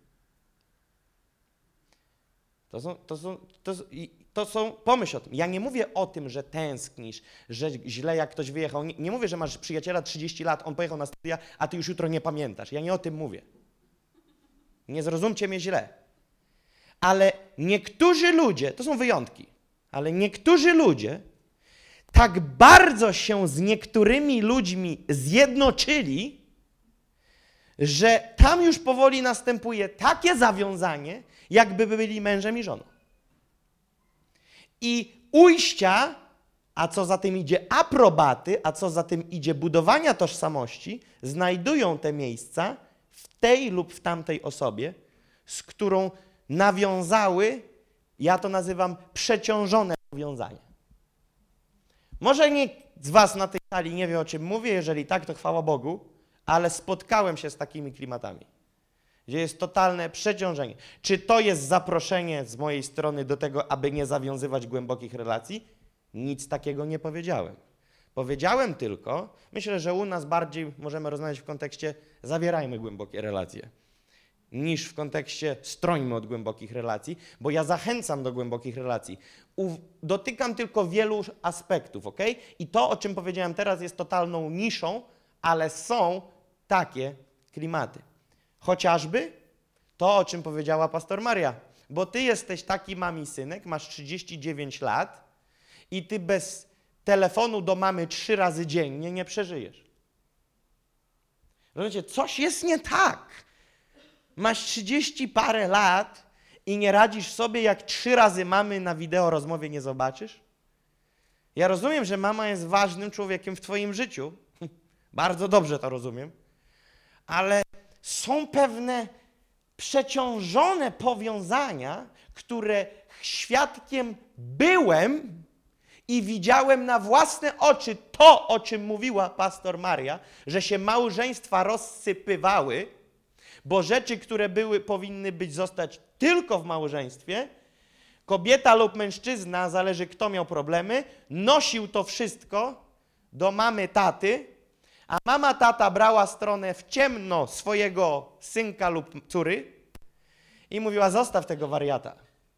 Pomyśl o tym. Ja nie mówię o tym, że tęsknisz, że źle jak ktoś wyjechał. Nie mówię, że masz przyjaciela 30 lat, on pojechał na studia, a ty już jutro nie pamiętasz. Ja nie o tym mówię. Nie zrozumcie mnie źle. Ale niektórzy ludzie, to są wyjątki, ale niektórzy ludzie tak bardzo się z niektórymi ludźmi zjednoczyli, że tam już powoli następuje takie zawiązanie, jakby byli mężem i żoną. I ujścia, a co za tym idzie aprobaty, a co za tym idzie budowania tożsamości, znajdują te miejsca w tej lub w tamtej osobie, z którą nawiązały, ja to nazywam przeciążone powiązanie. Może nikt z was na tej sali nie wie, o czym mówię, jeżeli tak, to chwała Bogu, ale spotkałem się z takimi klimatami, gdzie jest totalne przeciążenie. Czy to jest zaproszenie z mojej strony do tego, aby nie zawiązywać głębokich relacji? Nic takiego nie powiedziałem. Powiedziałem tylko, myślę, że u nas bardziej możemy rozmawiać w kontekście zawierajmy głębokie relacje, niż w kontekście strońmy od głębokich relacji, bo ja zachęcam do głębokich relacji. Dotykam tylko wielu aspektów, ok? I to, o czym powiedziałem teraz, jest totalną niszą, ale są takie klimaty. Chociażby to, o czym powiedziała pastor Maria, bo ty jesteś taki mami synek, masz 39 lat i ty bez telefonu do mamy 3 razy dziennie nie przeżyjesz. Rozumiecie, coś jest nie tak. Masz 30 parę lat i nie radzisz sobie, jak 3 razy mamy na wideo rozmowie nie zobaczysz? Ja rozumiem, że mama jest ważnym człowiekiem w twoim życiu. Bardzo dobrze to rozumiem. Ale są pewne przeciążone powiązania, które świadkiem byłem i widziałem na własne oczy to, o czym mówiła pastor Maria, że się małżeństwa rozsypywały, bo rzeczy, które powinny zostać tylko w małżeństwie, kobieta lub mężczyzna, zależy kto miał problemy, nosił to wszystko do mamy, taty, a mama, tata brała stronę w ciemno swojego synka lub córy i mówiła, zostaw tego wariata.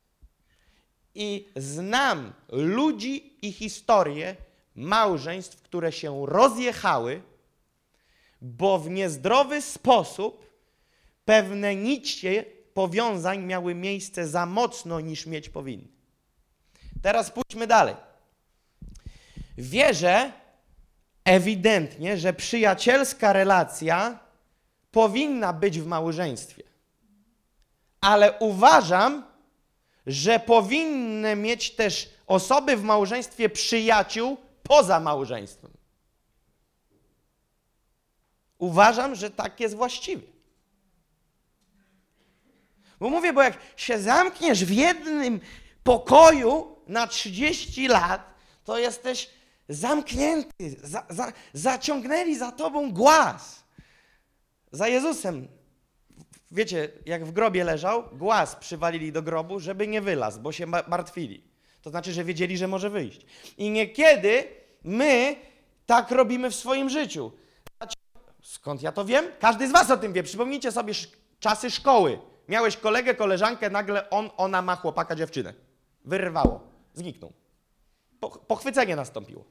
I znam ludzi i historie małżeństw, które się rozjechały, bo w niezdrowy sposób pewne nicie powiązań miały miejsce za mocno, niż mieć powinny. Teraz pójdźmy dalej. Wierzę ewidentnie, że przyjacielska relacja powinna być w małżeństwie. Ale uważam, że powinny mieć też osoby w małżeństwie przyjaciół poza małżeństwem. Uważam, że tak jest właściwie. Bo mówię, bo jak się zamkniesz w jednym pokoju na 30 lat, to jesteś zamknięty, zaciągnęli za tobą głaz. Za Jezusem, wiecie, jak w grobie leżał, głaz przywalili do grobu, żeby nie wylazł, bo się martwili. To znaczy, że wiedzieli, że może wyjść. I niekiedy my tak robimy w swoim życiu. Skąd ja to wiem? Każdy z was o tym wie. Przypomnijcie sobie czasy szkoły. Miałeś kolegę, koleżankę, nagle ona ma chłopaka, dziewczynę. Wyrwało. Zniknął. Pochwycenie nastąpiło.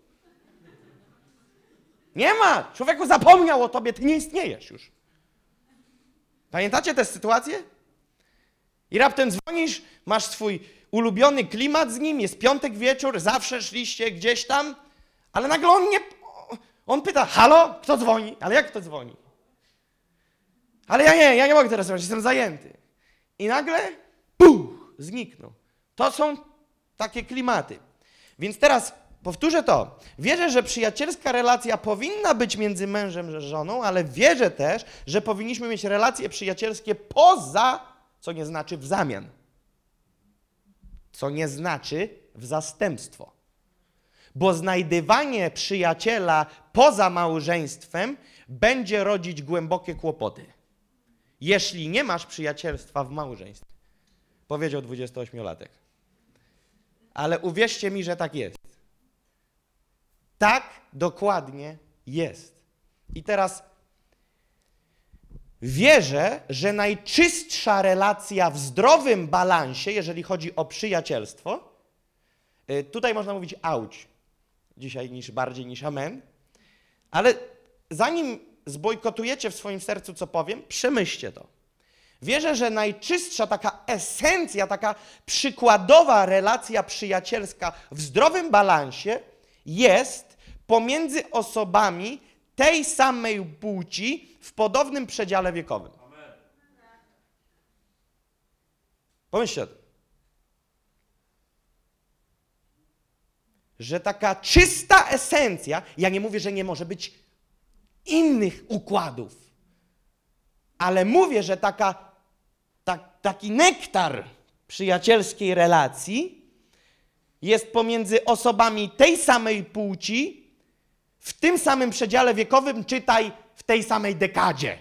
Nie ma! Człowieku zapomniał o tobie, ty nie istniejesz już. Pamiętacie tę sytuację? I raptem dzwonisz, masz swój ulubiony klimat z nim, jest piątek wieczór, zawsze szliście gdzieś tam, ale nagle on pyta, halo? Kto dzwoni? Ale jak kto dzwoni? Ale ja nie mogę teraz rozmawiać, jestem zajęty. I nagle, zniknął. To są takie klimaty. Więc teraz powtórzę to. Wierzę, że przyjacielska relacja powinna być między mężem a żoną, ale wierzę też, że powinniśmy mieć relacje przyjacielskie poza, co nie znaczy w zamian. Co nie znaczy w zastępstwo. Bo znajdywanie przyjaciela poza małżeństwem będzie rodzić głębokie kłopoty. Jeśli nie masz przyjacielstwa w małżeństwie. Powiedział 28-latek. Ale uwierzcie mi, że tak jest. Tak dokładnie jest. I teraz wierzę, że najczystsza relacja w zdrowym balansie, jeżeli chodzi o przyjacielstwo, tutaj można mówić auć dzisiaj bardziej niż amen, ale zanim zbojkotujecie w swoim sercu, co powiem, przemyślcie to. Wierzę, że najczystsza taka esencja, taka przykładowa relacja przyjacielska w zdrowym balansie jest pomiędzy osobami tej samej płci w podobnym przedziale wiekowym. Pomyślcie o tym. Że taka czysta esencja, ja nie mówię, że nie może być innych układów, ale mówię, że taki nektar przyjacielskiej relacji jest pomiędzy osobami tej samej płci, w tym samym przedziale wiekowym, czytaj w tej samej dekadzie.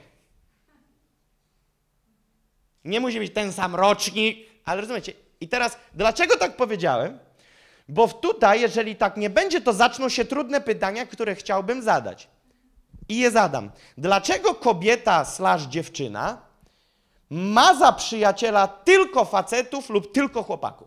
Nie musi być ten sam rocznik, ale rozumiecie. I teraz, dlaczego tak powiedziałem? Bo tutaj, jeżeli tak nie będzie, to zaczną się trudne pytania, które chciałbym zadać. I je zadam. Dlaczego kobieta / dziewczyna ma za przyjaciela tylko facetów lub tylko chłopaków?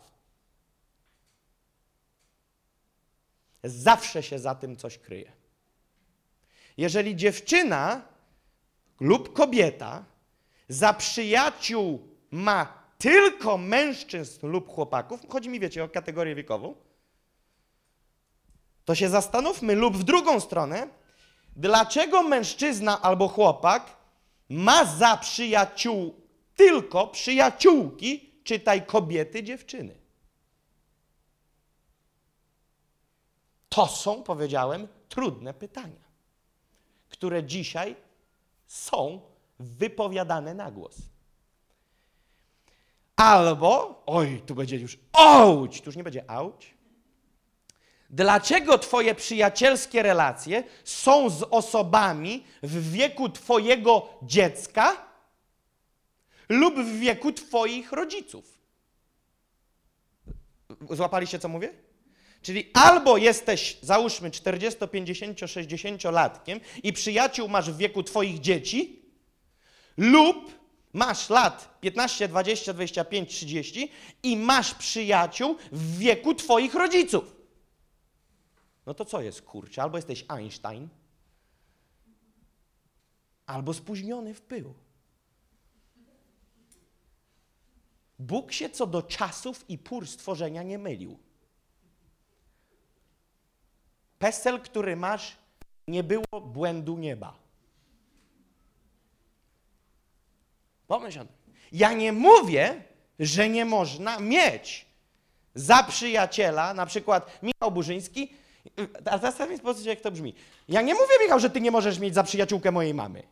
Zawsze się za tym coś kryje. Jeżeli dziewczyna lub kobieta za przyjaciół ma tylko mężczyzn lub chłopaków, chodzi mi, wiecie, o kategorię wiekową, to się zastanówmy, lub w drugą stronę, dlaczego mężczyzna albo chłopak ma za przyjaciół tylko przyjaciółki, czytaj kobiety, dziewczyny. To są, powiedziałem, trudne pytania, które dzisiaj są wypowiadane na głos. Albo, tu będzie już tu już nie będzie auć. Dlaczego twoje przyjacielskie relacje są z osobami w wieku twojego dziecka lub w wieku twoich rodziców? Złapaliście, co mówię? Czyli albo jesteś, załóżmy, 40, 50, 60-latkiem i przyjaciół masz w wieku twoich dzieci, lub masz lat 15, 20, 25, 30 i masz przyjaciół w wieku twoich rodziców. No to co jest, kurczę? Albo jesteś Einstein, albo spóźniony w pył. Bóg się co do czasów i pór stworzenia nie mylił. PESEL, który masz, nie było błędu nieba. Pomyśl o tym. Ja nie mówię, że nie można mieć za przyjaciela, na przykład Michał Burzyński, a zastanów się sposób, jak to brzmi. Ja nie mówię, Michał, że ty nie możesz mieć za przyjaciółkę mojej mamy.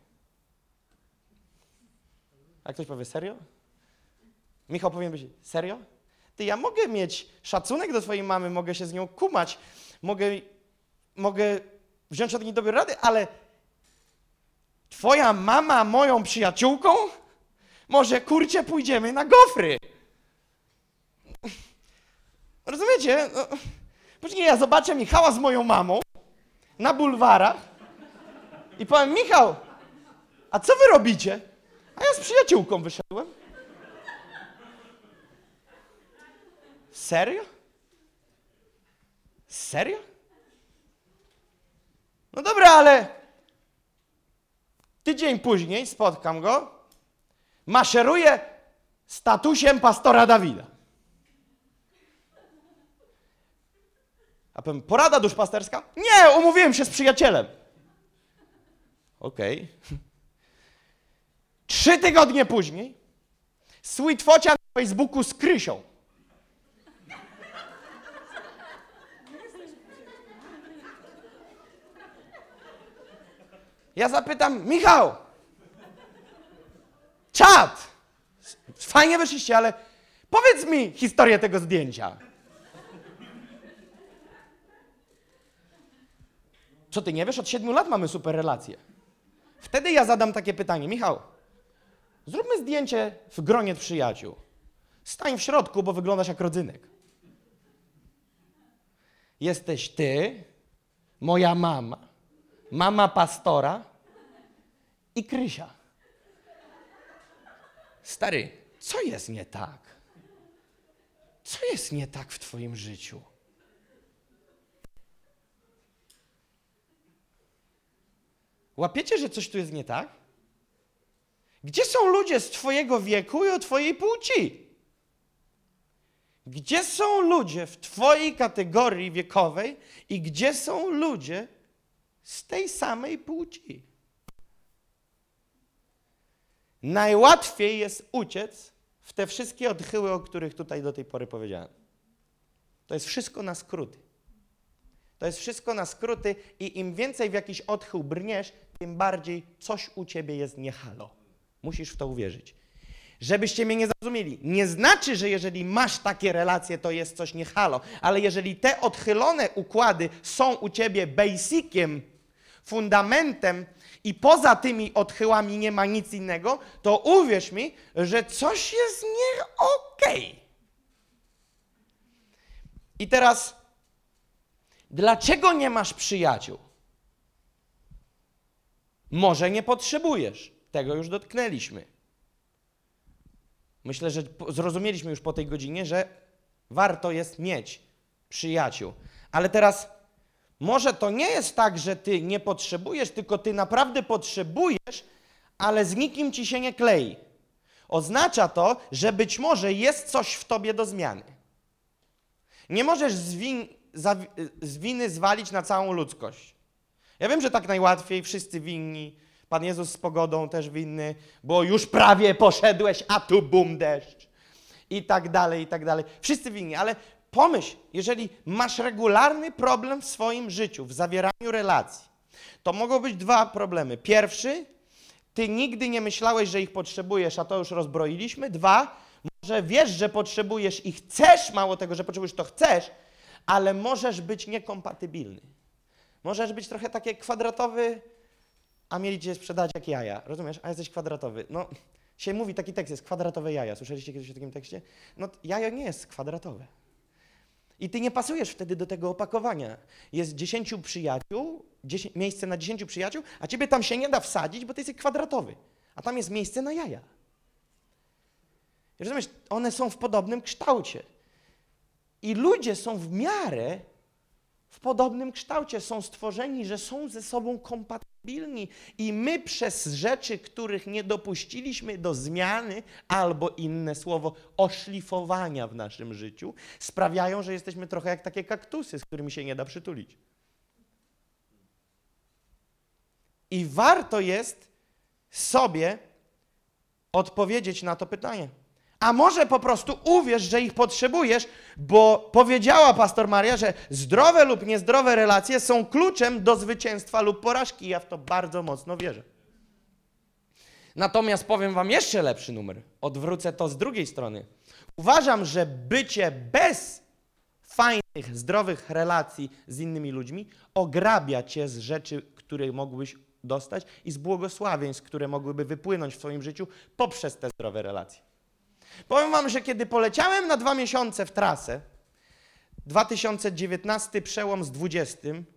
A ktoś powie, serio? Michał powinien być, serio? Ja mogę mieć szacunek do twojej mamy, mogę się z nią kumać, mogę wziąć od niej dobrą radę, ale twoja mama moją przyjaciółką? Może, kurczę, pójdziemy na gofry. Rozumiecie? Później ja zobaczę Michała z moją mamą na bulwarach i powiem, Michał, a co wy robicie? A ja z przyjaciółką wyszedłem. Serio? Serio? No dobra, ale tydzień później spotkam go, maszeruje statusem pastora Dawida. A powiem, porada duszpasterska? Nie, umówiłem się z przyjacielem. Okej. 3 tygodnie później sweet focia na Facebooku z Krysią. Ja zapytam, Michał, czad, fajnie wyszliście, ale powiedz mi historię tego zdjęcia. Co ty nie wiesz? Od 7 lat mamy super relacje. Wtedy ja zadam takie pytanie, Michał, zróbmy zdjęcie w gronie przyjaciół. Stań w środku, bo wyglądasz jak rodzynek. Jesteś ty, moja mama, mama pastora i Krysia. Stary, co jest nie tak? Co jest nie tak w twoim życiu? Łapiecie, że coś tu jest nie tak? Gdzie są ludzie z twojego wieku i o twojej płci? Gdzie są ludzie w twojej kategorii wiekowej i gdzie są ludzie z tej samej płci. Najłatwiej jest uciec w te wszystkie odchyły, o których tutaj do tej pory powiedziałem. To jest wszystko na skróty. To jest wszystko na skróty i im więcej w jakiś odchył brniesz, tym bardziej coś u ciebie jest nie halo. Musisz w to uwierzyć. Żebyście mnie nie zrozumieli. Nie znaczy, że jeżeli masz takie relacje, to jest coś nie halo, ale jeżeli te odchylone układy są u ciebie basiciem, fundamentem i poza tymi odchyłami nie ma nic innego, to uwierz mi, że coś jest nie okej. I teraz, dlaczego nie masz przyjaciół? Może nie potrzebujesz. Tego już dotknęliśmy. Myślę, że zrozumieliśmy już po tej godzinie, że warto jest mieć przyjaciół. Ale teraz może to nie jest tak, że ty nie potrzebujesz, tylko ty naprawdę potrzebujesz, ale z nikim ci się nie klei. Oznacza to, że być może jest coś w tobie do zmiany. Nie możesz z winy zwalić na całą ludzkość. Ja wiem, że tak najłatwiej, wszyscy winni, Pan Jezus z pogodą też winny, bo już prawie poszedłeś, a tu bum deszcz. I tak dalej, i tak dalej. Wszyscy winni, ale pomyśl, jeżeli masz regularny problem w swoim życiu, w zawieraniu relacji, to mogą być dwa problemy. Pierwszy, ty nigdy nie myślałeś, że ich potrzebujesz, a to już rozbroiliśmy. Dwa, może wiesz, że potrzebujesz i chcesz, mało tego, że potrzebujesz, to chcesz, ale możesz być niekompatybilny. Możesz być trochę taki kwadratowy, a mieli cię sprzedać jak jaja. Rozumiesz? A jesteś kwadratowy. No, się mówi, taki tekst jest, kwadratowe jaja. Słyszeliście kiedyś o takim tekście? No, jajo nie jest kwadratowe. I ty nie pasujesz wtedy do tego opakowania. Jest 10 przyjaciół, miejsce na 10 przyjaciół, a ciebie tam się nie da wsadzić, bo ty jesteś kwadratowy. A tam jest miejsce na jaja. Rozumiesz? One są w podobnym kształcie. I ludzie są w miarę w podobnym kształcie. Są stworzeni, że są ze sobą kompatybilni. I my przez rzeczy, których nie dopuściliśmy do zmiany, albo inne słowo, oszlifowania w naszym życiu, sprawiają, że jesteśmy trochę jak takie kaktusy, z którymi się nie da przytulić. I warto jest sobie odpowiedzieć na to pytanie. A może po prostu uwierz, że ich potrzebujesz, bo powiedziała pastor Maria, że zdrowe lub niezdrowe relacje są kluczem do zwycięstwa lub porażki. Ja w to bardzo mocno wierzę. Natomiast powiem wam jeszcze lepszy numer. Odwrócę to z drugiej strony. Uważam, że bycie bez fajnych, zdrowych relacji z innymi ludźmi ograbia cię z rzeczy, które mógłbyś dostać i z błogosławieństw, które mogłyby wypłynąć w twoim życiu poprzez te zdrowe relacje. Powiem wam, że kiedy poleciałem na 2 miesiące w trasę, 2019 przełom z 20,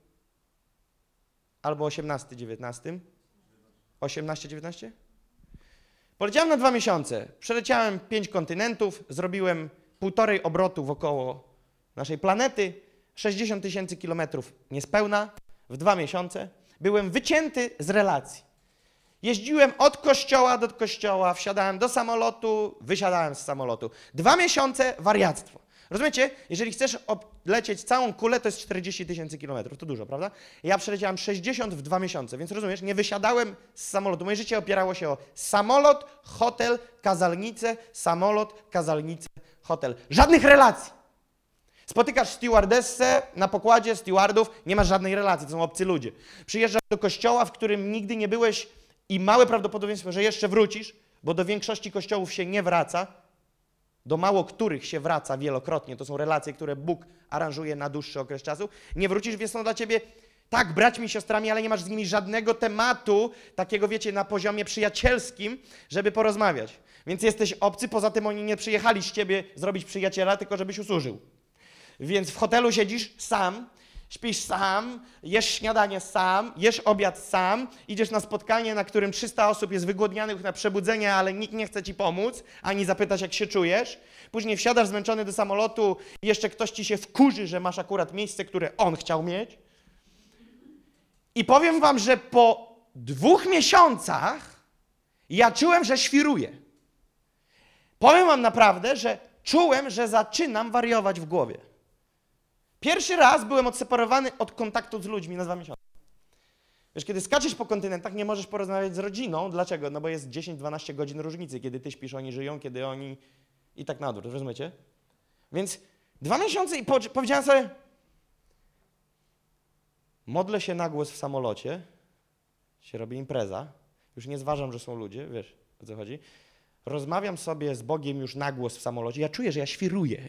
albo 18-19, 18-19? Poleciałem na 2 miesiące, przeleciałem 5 kontynentów, zrobiłem 1,5 obrotu wokoło naszej planety, 60 000 kilometrów niespełna w 2 miesiące. Byłem wycięty z relacji. Jeździłem od kościoła do kościoła, wsiadałem do samolotu, wysiadałem z samolotu. 2 miesiące wariactwo. Rozumiecie? Jeżeli chcesz lecieć całą kulę, to jest 40 000 kilometrów. To dużo, prawda? Ja przeleciałem 60 w 2 miesiące, więc rozumiesz, nie wysiadałem z samolotu. Moje życie opierało się o samolot, hotel, kazalnice, samolot, kazalnice, hotel. Żadnych relacji. Spotykasz stewardessę na pokładzie stewardów, nie masz żadnej relacji, to są obcy ludzie. Przyjeżdżasz do kościoła, w którym nigdy nie byłeś i małe prawdopodobieństwo, że jeszcze wrócisz, bo do większości kościołów się nie wraca, do mało których się wraca wielokrotnie, to są relacje, które Bóg aranżuje na dłuższy okres czasu, nie wrócisz, więc są dla ciebie tak braćmi, siostrami, ale nie masz z nimi żadnego tematu, takiego wiecie, na poziomie przyjacielskim, żeby porozmawiać. Więc jesteś obcy, poza tym oni nie przyjechali z ciebie zrobić przyjaciela, tylko żebyś usłużył. Więc w hotelu siedzisz sam, śpisz sam, jesz śniadanie sam, jesz obiad sam, idziesz na spotkanie, na którym 300 osób jest wygłodnianych na przebudzenie, ale nikt nie chce ci pomóc, ani zapytać, jak się czujesz. Później wsiadasz zmęczony do samolotu i jeszcze ktoś ci się wkurzy, że masz akurat miejsce, które on chciał mieć. I powiem wam, że po 2 miesiącach ja czułem, że świruję. Powiem wam naprawdę, że czułem, że zaczynam wariować w głowie. Pierwszy raz byłem odseparowany od kontaktu z ludźmi na 2 miesiące. Wiesz, kiedy skaczesz po kontynentach, nie możesz porozmawiać z rodziną. Dlaczego? No bo jest 10-12 godzin różnicy, kiedy ty śpisz, oni żyją, kiedy oni... I tak na odwrót, rozumiecie? Więc 2 miesiące i powiedziałem sobie, modlę się na głos w samolocie, się robi impreza, już nie zważam, że są ludzie, wiesz, o co chodzi. Rozmawiam sobie z Bogiem już na głos w samolocie, ja czuję, że ja świruję.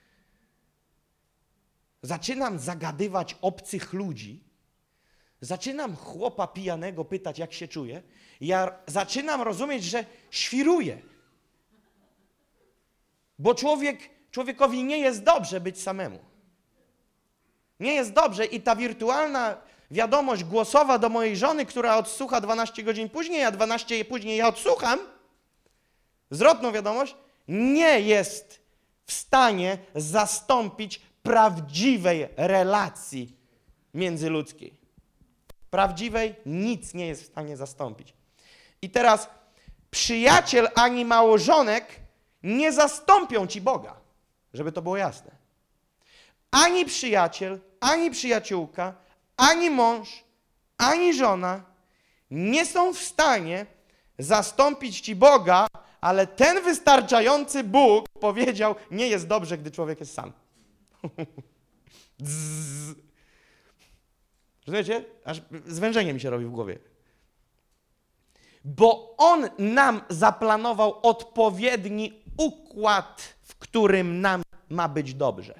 Zaczynam zagadywać obcych ludzi, zaczynam chłopa pijanego pytać, jak się czuje. Ja zaczynam rozumieć, że świruję. Bo człowiekowi nie jest dobrze być samemu. Nie jest dobrze i ta wirtualna wiadomość głosowa do mojej żony, która odsłucha 12 godzin później, a 12 później ja odsłucham, zwrotną wiadomość, nie jest w stanie zastąpić prawdziwej relacji międzyludzkiej. Prawdziwej nic nie jest w stanie zastąpić. I teraz przyjaciel ani małżonek nie zastąpią ci Boga, żeby to było jasne. Ani przyjaciel, ani przyjaciółka, ani mąż, ani żona nie są w stanie zastąpić ci Boga, ale ten wystarczający Bóg powiedział, nie jest dobrze, gdy człowiek jest sam. Rozumiecie? Aż zwężenie mi się robi w głowie. Bo On nam zaplanował odpowiedni układ, w którym nam ma być dobrze.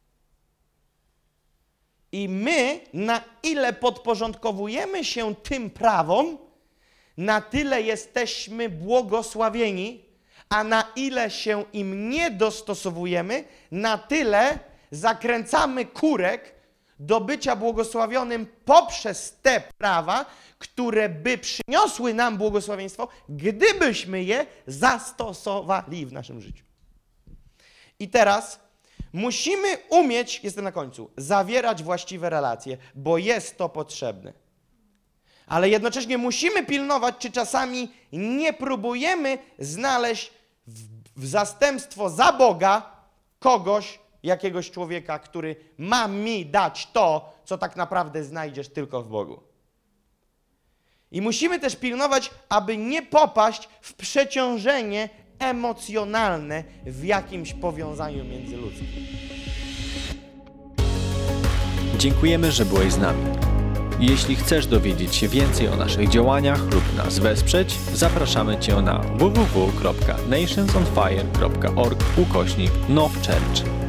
I my, na ile podporządkowujemy się tym prawom, na tyle jesteśmy błogosławieni, a na ile się im nie dostosowujemy, na tyle zakręcamy kurek do bycia błogosławionym poprzez te prawa, które by przyniosły nam błogosławieństwo, gdybyśmy je zastosowali w naszym życiu. I teraz musimy umieć, jestem na końcu, zawierać właściwe relacje, bo jest to potrzebne. Ale jednocześnie musimy pilnować, czy czasami nie próbujemy znaleźć w zastępstwo za Boga kogoś, jakiegoś człowieka, który ma mi dać to, co tak naprawdę znajdziesz tylko w Bogu. I musimy też pilnować, aby nie popaść w przeciążenie emocjonalne w jakimś powiązaniu międzyludzkim. Dziękujemy, że byłeś z nami. Jeśli chcesz dowiedzieć się więcej o naszych działaniach lub nas wesprzeć, zapraszamy Cię na www.nationsonfire.org/nowchurch.